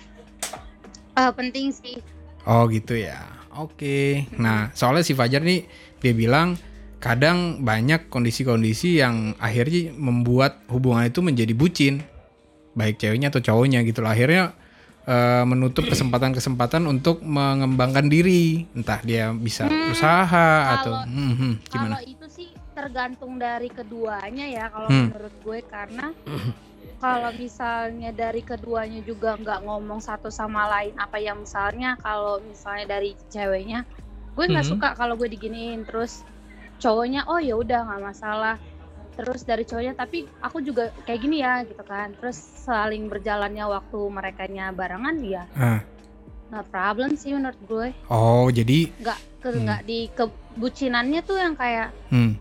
Eh, penting sih. Oh gitu ya. Oke. Nah, soalnya si Fajar nih dia bilang kadang banyak kondisi-kondisi yang akhirnya membuat hubungan itu menjadi bucin, baik ceweknya atau cowoknya gitu loh. Akhirnya eh, menutup kesempatan-kesempatan untuk mengembangkan diri, entah dia bisa Hmm, usaha atau kalau- hmm, hmm, gimana? Kalau itu sih tergantung dari keduanya ya kalau Hmm. menurut gue, karena kalau misalnya dari keduanya juga nggak ngomong satu sama lain, apa yang misalnya kalau misalnya dari ceweknya gue nggak Hmm. suka kalau gue diginiin, terus cowoknya oh ya udah nggak masalah, terus dari cowoknya tapi aku juga kayak gini ya gitu kan, terus saling berjalannya waktu merekanya barengan ya Ah. no problem sih menurut gue. Oh, jadi Nggak ke Hmm. nggak di kebucinannya tuh yang kayak hmm,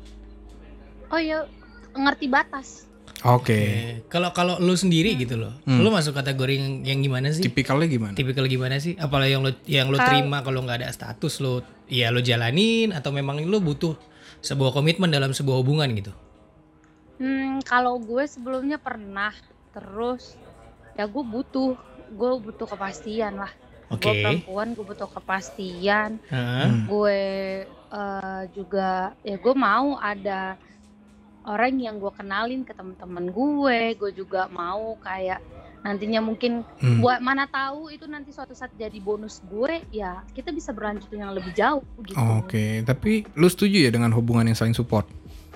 oh ya ngerti batas. oke. Oke. Kalau kalau lu sendiri gitu loh, Hmm. lu masuk kategori yang, yang gimana sih? Tipikalnya gimana? Tipikal gimana sih? Apalagi yang lo yang lo Kal- terima kalau nggak ada status lo, ya lo jalanin atau memang lo butuh sebuah komitmen dalam sebuah hubungan gitu? Hmm, kalau gue sebelumnya pernah, terus ya gue butuh, gue butuh kepastian lah. Oke. Gue perempuan, gue butuh kepastian. Hah? Hmm. Gue eh, juga, ya gue mau ada orang yang gue kenalin ke temen-temen gue. Gue juga mau kayak nantinya mungkin Hmm. buat mana tahu itu nanti suatu saat jadi bonus gue, ya kita bisa berlanjut yang lebih jauh gitu. Oke, tapi lu setuju ya dengan hubungan yang saling support?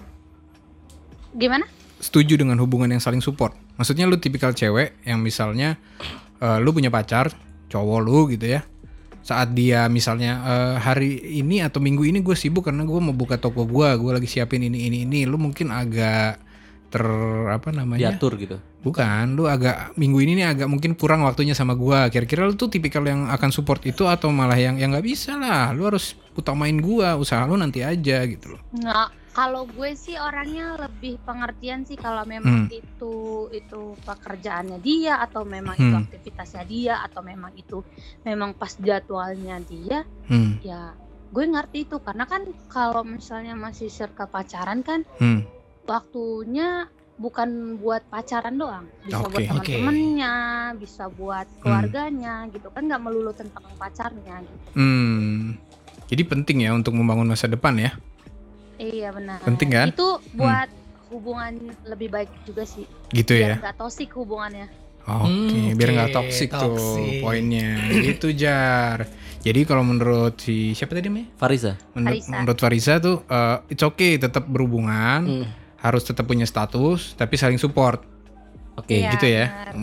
Gimana? Setuju dengan hubungan yang saling support? Maksudnya lu tipikal cewek yang misalnya eh, lu punya pacar, cowok lu gitu ya. Saat dia misalnya eh, hari ini atau minggu ini gue sibuk karena gue mau buka toko gue, gue lagi siapin ini ini ini. Lu mungkin agak ter apa namanya? Diatur gitu. Bukan, lu agak minggu ini nih agak mungkin kurang waktunya sama gua. Kira-kira lu tuh tipikal yang akan support itu atau malah yang yang nggak bisa lah. Lu harus utamain gua, usaha lu nanti aja gitu loh. Nggak, kalau gue sih orangnya lebih pengertian sih kalau memang Hmm. itu itu pekerjaannya dia atau memang itu Hmm. aktivitasnya dia atau memang itu memang pas jadwalnya dia, Hmm, ya gue ngerti itu, karena kan kalau misalnya masih circle pacaran kan hmm, waktunya bukan buat pacaran doang, bisa Oke. buat Oke. teman-temannya, bisa buat keluarganya gitu kan, nggak melulu tentang pacarnya gitu. hmm. Jadi penting ya untuk membangun masa depan ya. Iya benar. Penting kan? Itu buat hubungan lebih baik juga sih. Gitu Biar ya. nggak toksik hubungannya. Oke, Hmm, biar oke, nggak toksik tuh toxic. poinnya. Gitu Jar. Jadi kalau menurut si siapa tadi namanya? Farisa. Menurut, Farisa. menurut Farisa tuh eh, it's okay tetap berhubungan, Hmm. harus tetap punya status tapi saling support. Oke. Iya. Gitu ya. benar. Hmm.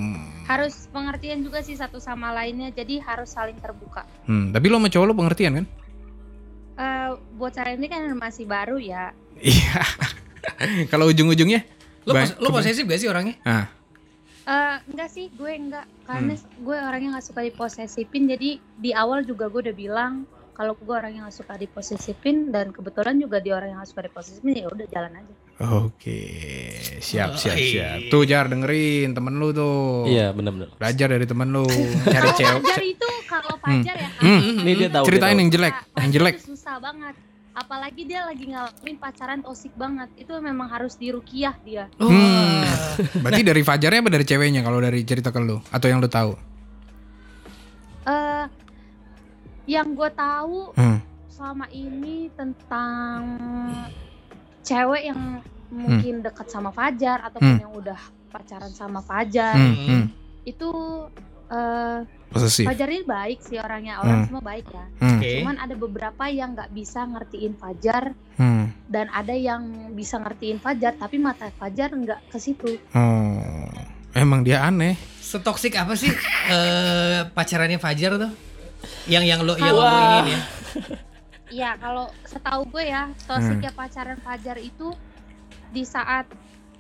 harus pengertian juga sih satu sama lainnya, jadi harus saling terbuka. Hmm, tapi lo sama cowok lo pengertian kan? Eh, buat saya ini kan masih baru ya. Iya. Kalau ujung-ujungnya? Lo Ba- pos- lo posesif gak sih orangnya? Ah, Eh, enggak sih, gue enggak, karena gue orangnya nggak suka diposesifin. Jadi di awal juga gue udah bilang kalau gue orang yang nggak suka diposesifin, dan kebetulan juga dia orang yang nggak suka diposesifin, ya udah jalan aja. oke. Siap, siap, Oh, siap. Tuh Jar, dengerin temen lu tuh. Iya benar-benar. Belajar dari temen lu. Cari Kalau cewek. Fajar itu kalau Fajar ya, Hmm, kalau Ini dia tahu. Ceritain dia yang tahu. jelek, Fajar yang jelek. itu susah banget. Apalagi dia lagi ngalamin pacaran toksik banget. Itu memang harus dirukiah dia. Oh. Hmm. Berarti dari Fajarnya apa dari ceweknya kalau dari cerita ke lu? Atau yang lu tahu? Eh, yang gue tahu Hmm. selama ini tentang cewek yang mungkin dekat sama Fajar ataupun Hmm. yang udah pacaran sama Fajar, Hmm, hmm. itu eh, Posesif. Fajar ini baik sih orangnya, orang Hmm. semua baik ya. Hmm. Oke. Cuman ada beberapa yang nggak bisa ngertiin Fajar, Hmm. dan ada yang bisa ngertiin Fajar tapi mata Fajar nggak ke situ. Oh. Emang dia aneh. Setoksik apa sih eh, pacarannya Fajar tuh? Yang yang lo yang lo ingin ya? Iya, kalau setahu gue ya, toksiknya pacaran Fajar itu di saat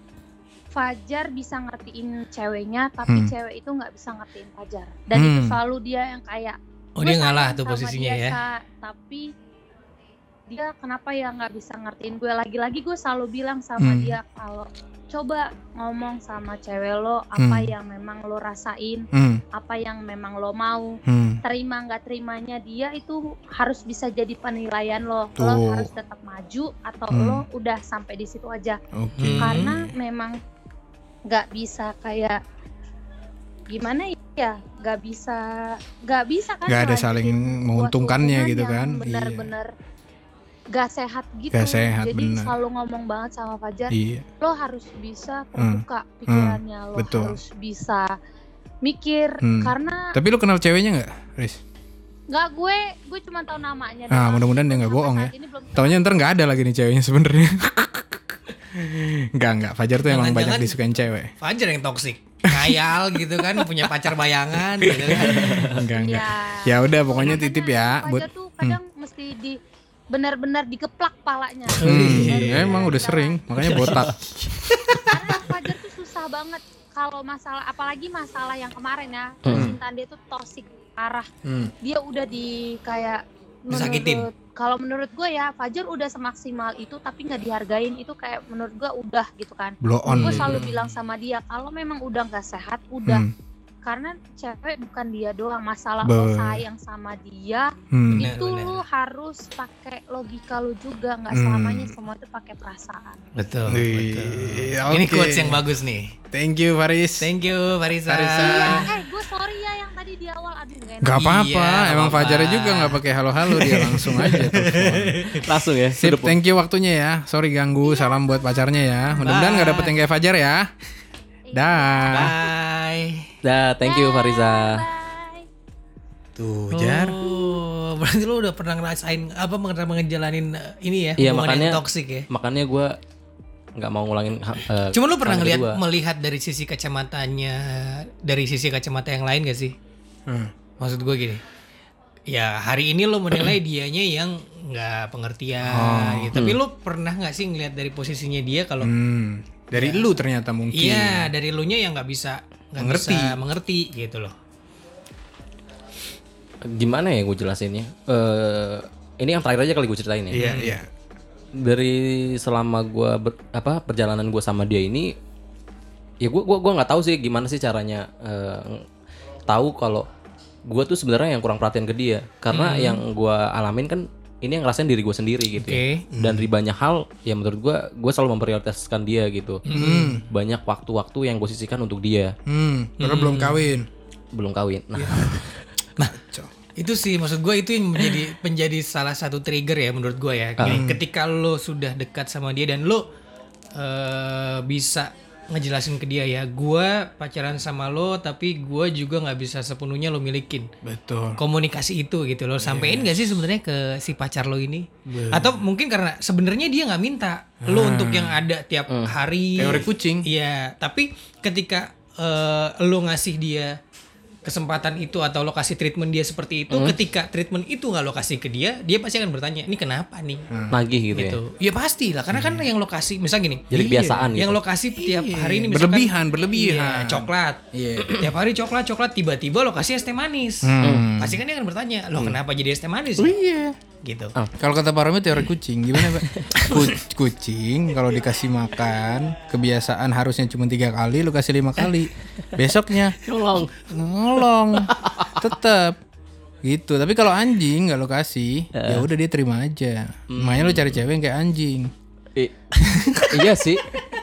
Fajar bisa ngertiin ceweknya, tapi Hmm. cewek itu nggak bisa ngertiin Fajar. Dan Hmm. itu selalu dia yang kayak, Oh gue dia ngalah sayang tuh sama posisinya dia, ya. Sa, tapi dia kenapa ya nggak bisa ngertiin gue. Lagi-lagi gue selalu bilang sama Hmm. dia, kalau coba ngomong sama cewek lo apa Hmm. yang memang lo rasain, Hmm. apa yang memang lo mau. Hmm. Terima nggak terimanya dia itu harus bisa jadi penilaian lo. Tuh. Lo harus tetap maju atau Hmm. lo udah sampai di situ aja. Oke. Hmm. Karena memang nggak bisa kayak gimana ya, nggak bisa nggak bisa kan Nggak ada ngelanjutin saling sebuah menguntungkannya hubungan gitu yang kan. Iya. benar-benar nggak sehat gitu. Nggak sehat, Jadi benar. selalu ngomong banget sama Fajar, Iya. lo harus bisa terbuka pikirannya, lo betul. harus bisa mikir. Hmm. Karena Tapi lu kenal ceweknya nggak, Riz? nggak, gue gue cuma tahu namanya Ah, doang. mudah-mudahan dia nggak Sampai bohong saat ya. ini belum tahu. Taunya ntar nggak ada lagi nih ceweknya sebenarnya. Enggak, enggak. Fajar tuh emang banyak Jangan-jangan- disukain cewek. Fajar yang toksik. Ngayal gitu kan, punya pacar bayangan gitu kan. Enggak, enggak. Ya, Ya udah pokoknya makanya titip ya Fajar buat tuh kadang mesti di benar-benar digeplak palanya. Hmm, Baru emang udah jalan. sering, makanya botak. Karena Fajar tuh susah banget kalau masalah, apalagi masalah yang kemarin ya, percintaan dia tuh toksik parah. Hmm. Dia udah di kayak Disakitin. menurut, kalau menurut gue ya Fajar udah semaksimal itu tapi nggak dihargain, itu kayak menurut gue udah gitu kan. Blow on. Gue selalu bilang sama dia, kalau memang udah nggak sehat udah. Hmm. Karena cewek bukan dia doang, masalah Be- lo sayang sama dia Hmm. Benar, itu benar. lu harus pakai logika lu juga, nggak Hmm. selamanya semua itu pakai perasaan. Betul. Wih, betul. oke. Ini quotes yang bagus nih. Thank you Faris. Thank you Farisa. Farisa. Iya, eh gue sorry ya yang tadi di awal, aduh gak enak. Gak apa-apa, Iya, nggak emang apa-apa. Fajarnya juga gak pakai halo-halo, dia langsung aja telepon. Langsung ya. Sip, Sudah, thank you waktunya ya. Sorry ganggu, salam buat pacarnya ya. Mudah-mudahan gak dapet yang kayak Fajar ya. Dah. Bye. Dah, thank you Farisa. Bye. Tuh, Jar. Oh, berarti lu udah pernah ngerasain apa pernah ngejalanin uh, ini ya, Iya, hubungan yang makanya- toksik ya. Makanya gue nggak mau ngulangin. Uh, Cuma lu pernah hal yang ngelihat kedua. melihat dari sisi kacamatanya, dari sisi kacamata yang lain gak sih? Hmm. Maksud gue gini. Ya hari ini lo menilai dianya yang nggak pengertian, gitu. Tapi lu pernah nggak sih ngelihat dari posisinya dia kalau Hmm. Dari lu ternyata mungkin. iya dari lu nya yang nggak bisa nggak Mengerti. bisa mengerti gitu loh. Gimana ya gue jelasinnya? Eh ini yang terakhir aja kali gue ceritain ya. Iya, iya. Dari selama gue ber- apa perjalanan gue sama dia ini, ya gue gua gua nggak tahu sih gimana sih caranya eh, tahu kalau gue tuh sebenarnya yang kurang perhatian ke dia, karena yang gue alamin kan ini yang ngerasain diri gue sendiri gitu ya. Oke. Dan dari banyak hal ya menurut gue gue selalu memprioritaskan dia gitu. Hmm. Banyak waktu-waktu yang gue sisihkan untuk dia. Hmm. Karena belum kawin. Belum kawin. Nah, Itu sih maksud gue itu yang menjadi menjadi salah satu trigger ya menurut gue ya. Gini, ketika lo sudah dekat sama dia dan lo eh, bisa ngejelasin ke dia ya, gue pacaran sama lo tapi gue juga nggak bisa sepenuhnya lo milikin. Betul. Komunikasi itu gitu lo sampein gak sih sebenarnya ke si pacar lo ini? Atau mungkin karena sebenarnya dia nggak minta lo untuk yang ada tiap hari. Teori kucing. Iya, tapi ketika uh, lo ngasih dia kesempatan itu atau lo kasih treatment dia seperti itu, hmm. ketika treatment itu nggak lo kasih ke dia, dia pasti akan bertanya, ini kenapa nih? Hmm. Nagih gitu, gitu ya? Ya pasti lah, karena kan hmm. yang lo kasih, misal gini, jadi kebiasaan iya, yang gitu. lo kasih tiap hari ini misalkan, berlebihan, berlebihan, iya, coklat, iya. tiap hari coklat, coklat, tiba-tiba lo kasih es teh manis, hmm. pasti kan dia akan bertanya, lo hmm. kenapa jadi es teh manis? Oh, iya. Gitu. Oh. Kalau kata Pak Romi teori kucing gimana Pak? Kucing kalau dikasih makan kebiasaan harusnya cuma tiga kali, lu kasih lima kali, besoknya ngolong, ngolong, tetap gitu. Tapi kalau anjing nggak lu kasih, uh. ya udah dia terima aja. Hmm. Makanya lu cari cewek yang kayak anjing. I- iya sih.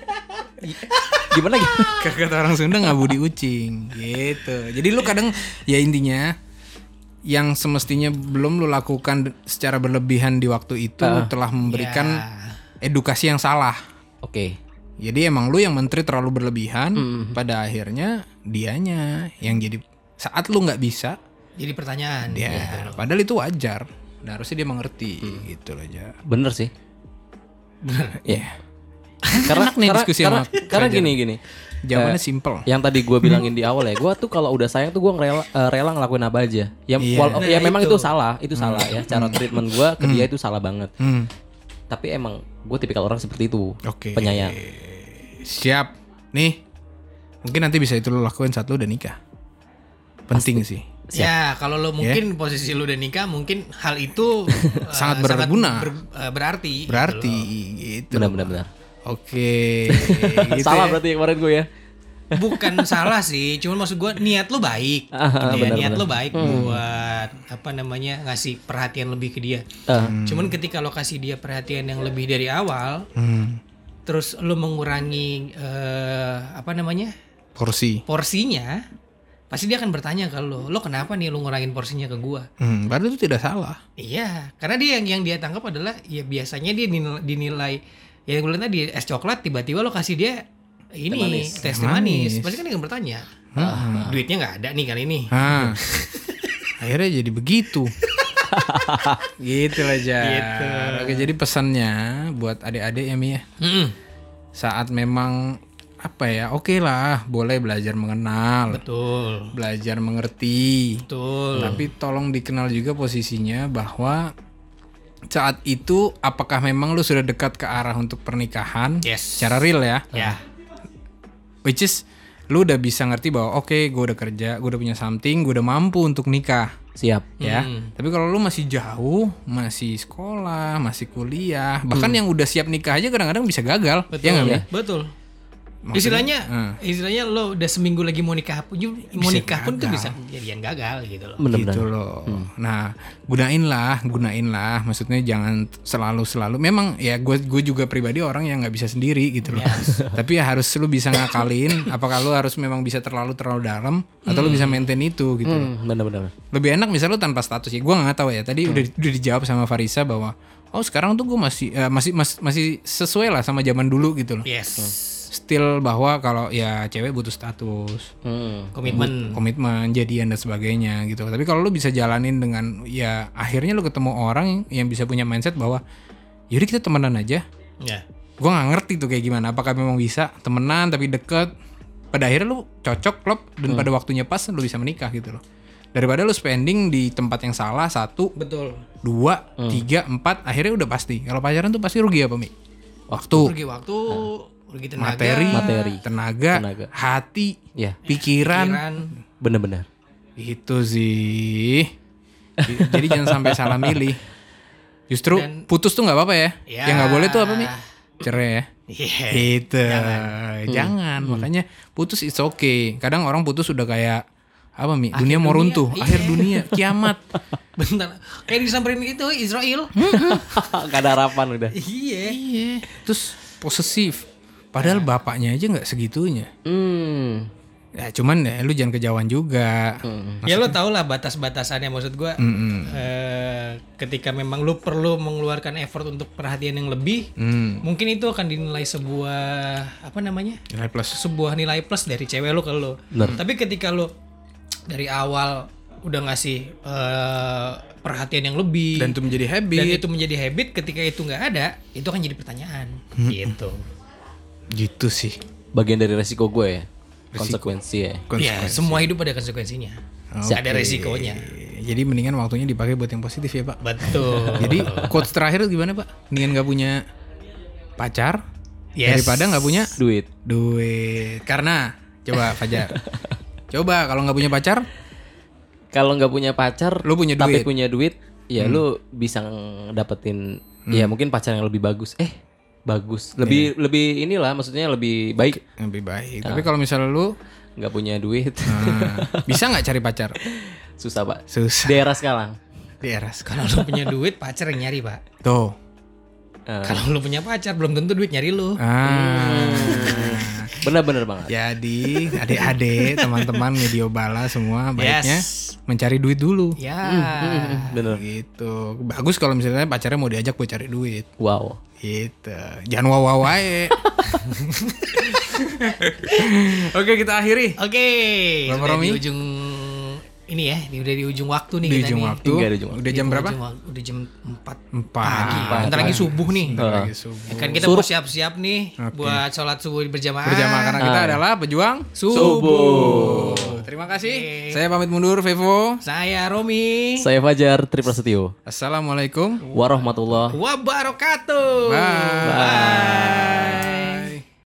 Gimana gitu? Kata orang Sunda ngabudi ucing gitu. Jadi lu kadang ya intinya yang semestinya belum lu lakukan secara berlebihan di waktu itu uh, telah memberikan yeah. edukasi yang salah. Oke. Okay. Jadi emang lu yang menteri terlalu berlebihan, mm. pada akhirnya dianya yang jadi saat lu nggak bisa jadi pertanyaan. Ya, gitu. Padahal itu wajar. Nah, harusnya dia mengerti hmm. gitu loh aja. Bener sih. Bener. Iya. Yeah. Karena nih karena, diskusi karena, sama karena gini gini. Jawabannya uh, simple. Yang tadi gue bilangin di awal ya, gue tuh kalau udah sayang tuh gue rela uh, rela ngelakuin apa aja. Ya, yeah. wal- nah, ya memang itu. itu salah, itu hmm. salah ya. Cara treatment gue ke dia itu salah banget. Hmm. Tapi emang gue tipikal orang seperti itu. Oke. Okay. Penyayang. Siap. Nih, mungkin nanti bisa itu lo lakuin saat lo udah nikah. Penting Pasti. sih. Siap. Ya, kalau lo mungkin yeah. posisi lo udah nikah, mungkin hal itu sangat uh, berguna. Sangat ber, uh, berarti. Berarti gitu. gitu. Benar-benar. Oke. gitu salah ya. berarti kemarin gue ya. Bukan salah sih, cuman maksud gue niat lo baik. Ah, gitu benar, ya. Niat benar. lo baik hmm. buat apa namanya ngasih perhatian lebih ke dia. Uh. Cuman ketika lo kasih dia perhatian yang lebih dari awal, hmm. terus lo mengurangi uh, apa namanya porsi porsinya, pasti dia akan bertanya ke lo, lo kenapa nih lo ngurangin porsinya ke gua? Hmm, padahal itu tidak salah. Iya, karena dia yang yang dia tangkap adalah ya biasanya dia dinilai, dinilai ya gue lihat tadi es coklat, tiba-tiba lo kasih dia ini tes teh manis, pasti kan dia akan bertanya, ah, duitnya nggak ada nih kali ini. Ah. Akhirnya jadi begitu. Gitu lah aja. Gitu. Oke, jadi pesannya buat adik-adik ya Mi ya. Mm-mm. Saat memang apa ya, oke okay lah, boleh belajar mengenal. Betul. Belajar mengerti. Betul. Tapi tolong dikenal juga posisinya bahwa saat itu apakah memang lu sudah dekat ke arah untuk pernikahan? Yes. Secara real ya. Ya. Yeah. Which is lu udah bisa ngerti bahwa oke, okay, gue udah kerja, gue udah punya something, gue udah mampu untuk nikah. Siap. Ya. Hmm. Tapi kalau lu masih jauh, masih sekolah, masih kuliah, bahkan hmm. yang udah siap nikah aja kadang-kadang bisa gagal. Betul. Ya nggak, ya? Betul. Maksudnya, istilahnya, uh. istilahnya lo udah seminggu lagi mau nikah pun, mau nikah pun tuh bisa jadian gagal gitu loh. Bener-bener. Gitu loh. Hmm. Nah, gunain lah, gunain lah. Maksudnya jangan selalu-selalu. Memang ya gue gue juga pribadi orang yang nggak bisa sendiri gitu loh. Yes. Tapi ya harus lu bisa ngakalin. Apakah lu harus memang bisa terlalu terlalu dalam atau hmm. lu bisa maintain itu gitu loh. Hmm, bener-bener. Lebih enak misalnya lu tanpa status ya. Gue nggak tahu ya. Tadi hmm. udah udah dijawab sama Farisa bahwa oh sekarang tuh gue masih uh, masih mas, masih sesuai lah sama zaman dulu gitu loh. Yes. Hmm. Still bahwa kalau ya cewek butuh status, hmm. komitmen, komitmen, jadian dan sebagainya gitu. Tapi kalau lu bisa jalanin dengan ya akhirnya lu ketemu orang yang bisa punya mindset bahwa yaudah kita temenan aja. Ya. Gue nggak ngerti tuh kayak gimana. Apakah memang bisa temenan tapi deket? Pada akhirnya lu cocok klop dan hmm. pada waktunya pas lu bisa menikah gitu loh. Daripada lu spending di tempat yang salah satu, betul, dua, hmm. tiga, empat, akhirnya udah pasti. Kalau pacaran tuh pasti rugi apa Mi? Waktu. Rugi waktu. Hmm. Tenaga, materi, materi, tenaga, tenaga. hati, ya. pikiran, pikiran. Bener-bener. Itu sih. Jadi jangan sampai salah milih. Justru dan, putus tuh nggak apa-apa ya. Ya. Yang nggak boleh tuh apa Mi? Cerai ya. Yeah. Itu. Jangan. Jangan. Hmm. Makanya putus it's okay. Kadang orang putus udah kayak apa Mi? Akhir dunia mau runtuh. Iya. Akhir dunia, kiamat. Bentar. Kayak disamperin itu Israel. Gak ada harapan udah. Iya. Iya. Terus posesif. Padahal bapaknya aja nggak segitunya. Hmm. Ya cuman ya lu jangan kejauhan juga. Hmm. Ya lu tau lah batas-batasannya maksud gue. Hmm. Eh, ketika memang lu perlu mengeluarkan effort untuk perhatian yang lebih, hmm. mungkin itu akan dinilai sebuah apa namanya? Nilai plus. Sebuah nilai plus dari cewek lu ke lu. Bener. Tapi ketika lu dari awal udah ngasih uh, perhatian yang lebih dan itu menjadi habit. Dan itu menjadi habit, ketika itu nggak ada, itu akan jadi pertanyaan. Hmm. Gitu. Gitu sih. Bagian dari resiko gue ya. konsekuensi ya. Ya, semua hidup ada konsekuensinya. Ada resikonya. Jadi mendingan waktunya dipakai buat yang positif ya Pak. Betul. Jadi quotes terakhir gimana Pak? Mendingan nggak punya pacar Yes. daripada nggak punya Duit. duit. Karena coba Fajar, coba kalau nggak punya pacar, Kalau nggak punya pacar, Lu punya tapi duit. punya duit, ya lu bisa dapetin ya mungkin pacar yang lebih bagus. Eh, bagus. Lebih lebih inilah maksudnya lebih baik. lebih baik. Tapi kalau misalnya lu Nggak punya duit. nah, bisa nggak cari pacar? Susah, Pak. Susah. Di era sekarang. Di era sekarang. Kalau lu punya duit, pacar yang nyari, Pak. Tuh. Eh, Kalau lu punya pacar, belum tentu duit nyari lu. Ah. benar-benar banget. Jadi adik-adik, teman-teman medio bala semua baiknya Yes. mencari duit dulu. Ya. Bener. Gitu. Bagus kalau misalnya pacarnya mau diajak buat cari duit. Wow. Gitu. Jangan wow-wow wae. Oke, kita akhiri. Oke. Bapak Sudah Romi? di ujung ini ya, di, udah di ujung waktu nih Di kita ujung nih. waktu. Enggak, di ujung waktu. Udah jam Di berapa? ujung waktu, udah jam empat Empat. pagi. Empat Bentar lagi pagi. subuh nih. Bentar Ah. lagi subuh. Kan kita Suruh. mau siap-siap nih Oke. buat sholat subuh berjamaah. Berjamaah karena kita Ah. adalah pejuang Subuh. Terima kasih. Oke. Saya pamit mundur, Vevo. Saya Romi. Saya Fajar Triprasetyo. Assalamualaikum. Warahmatullahi Wabarakatuh. Bye. Bye.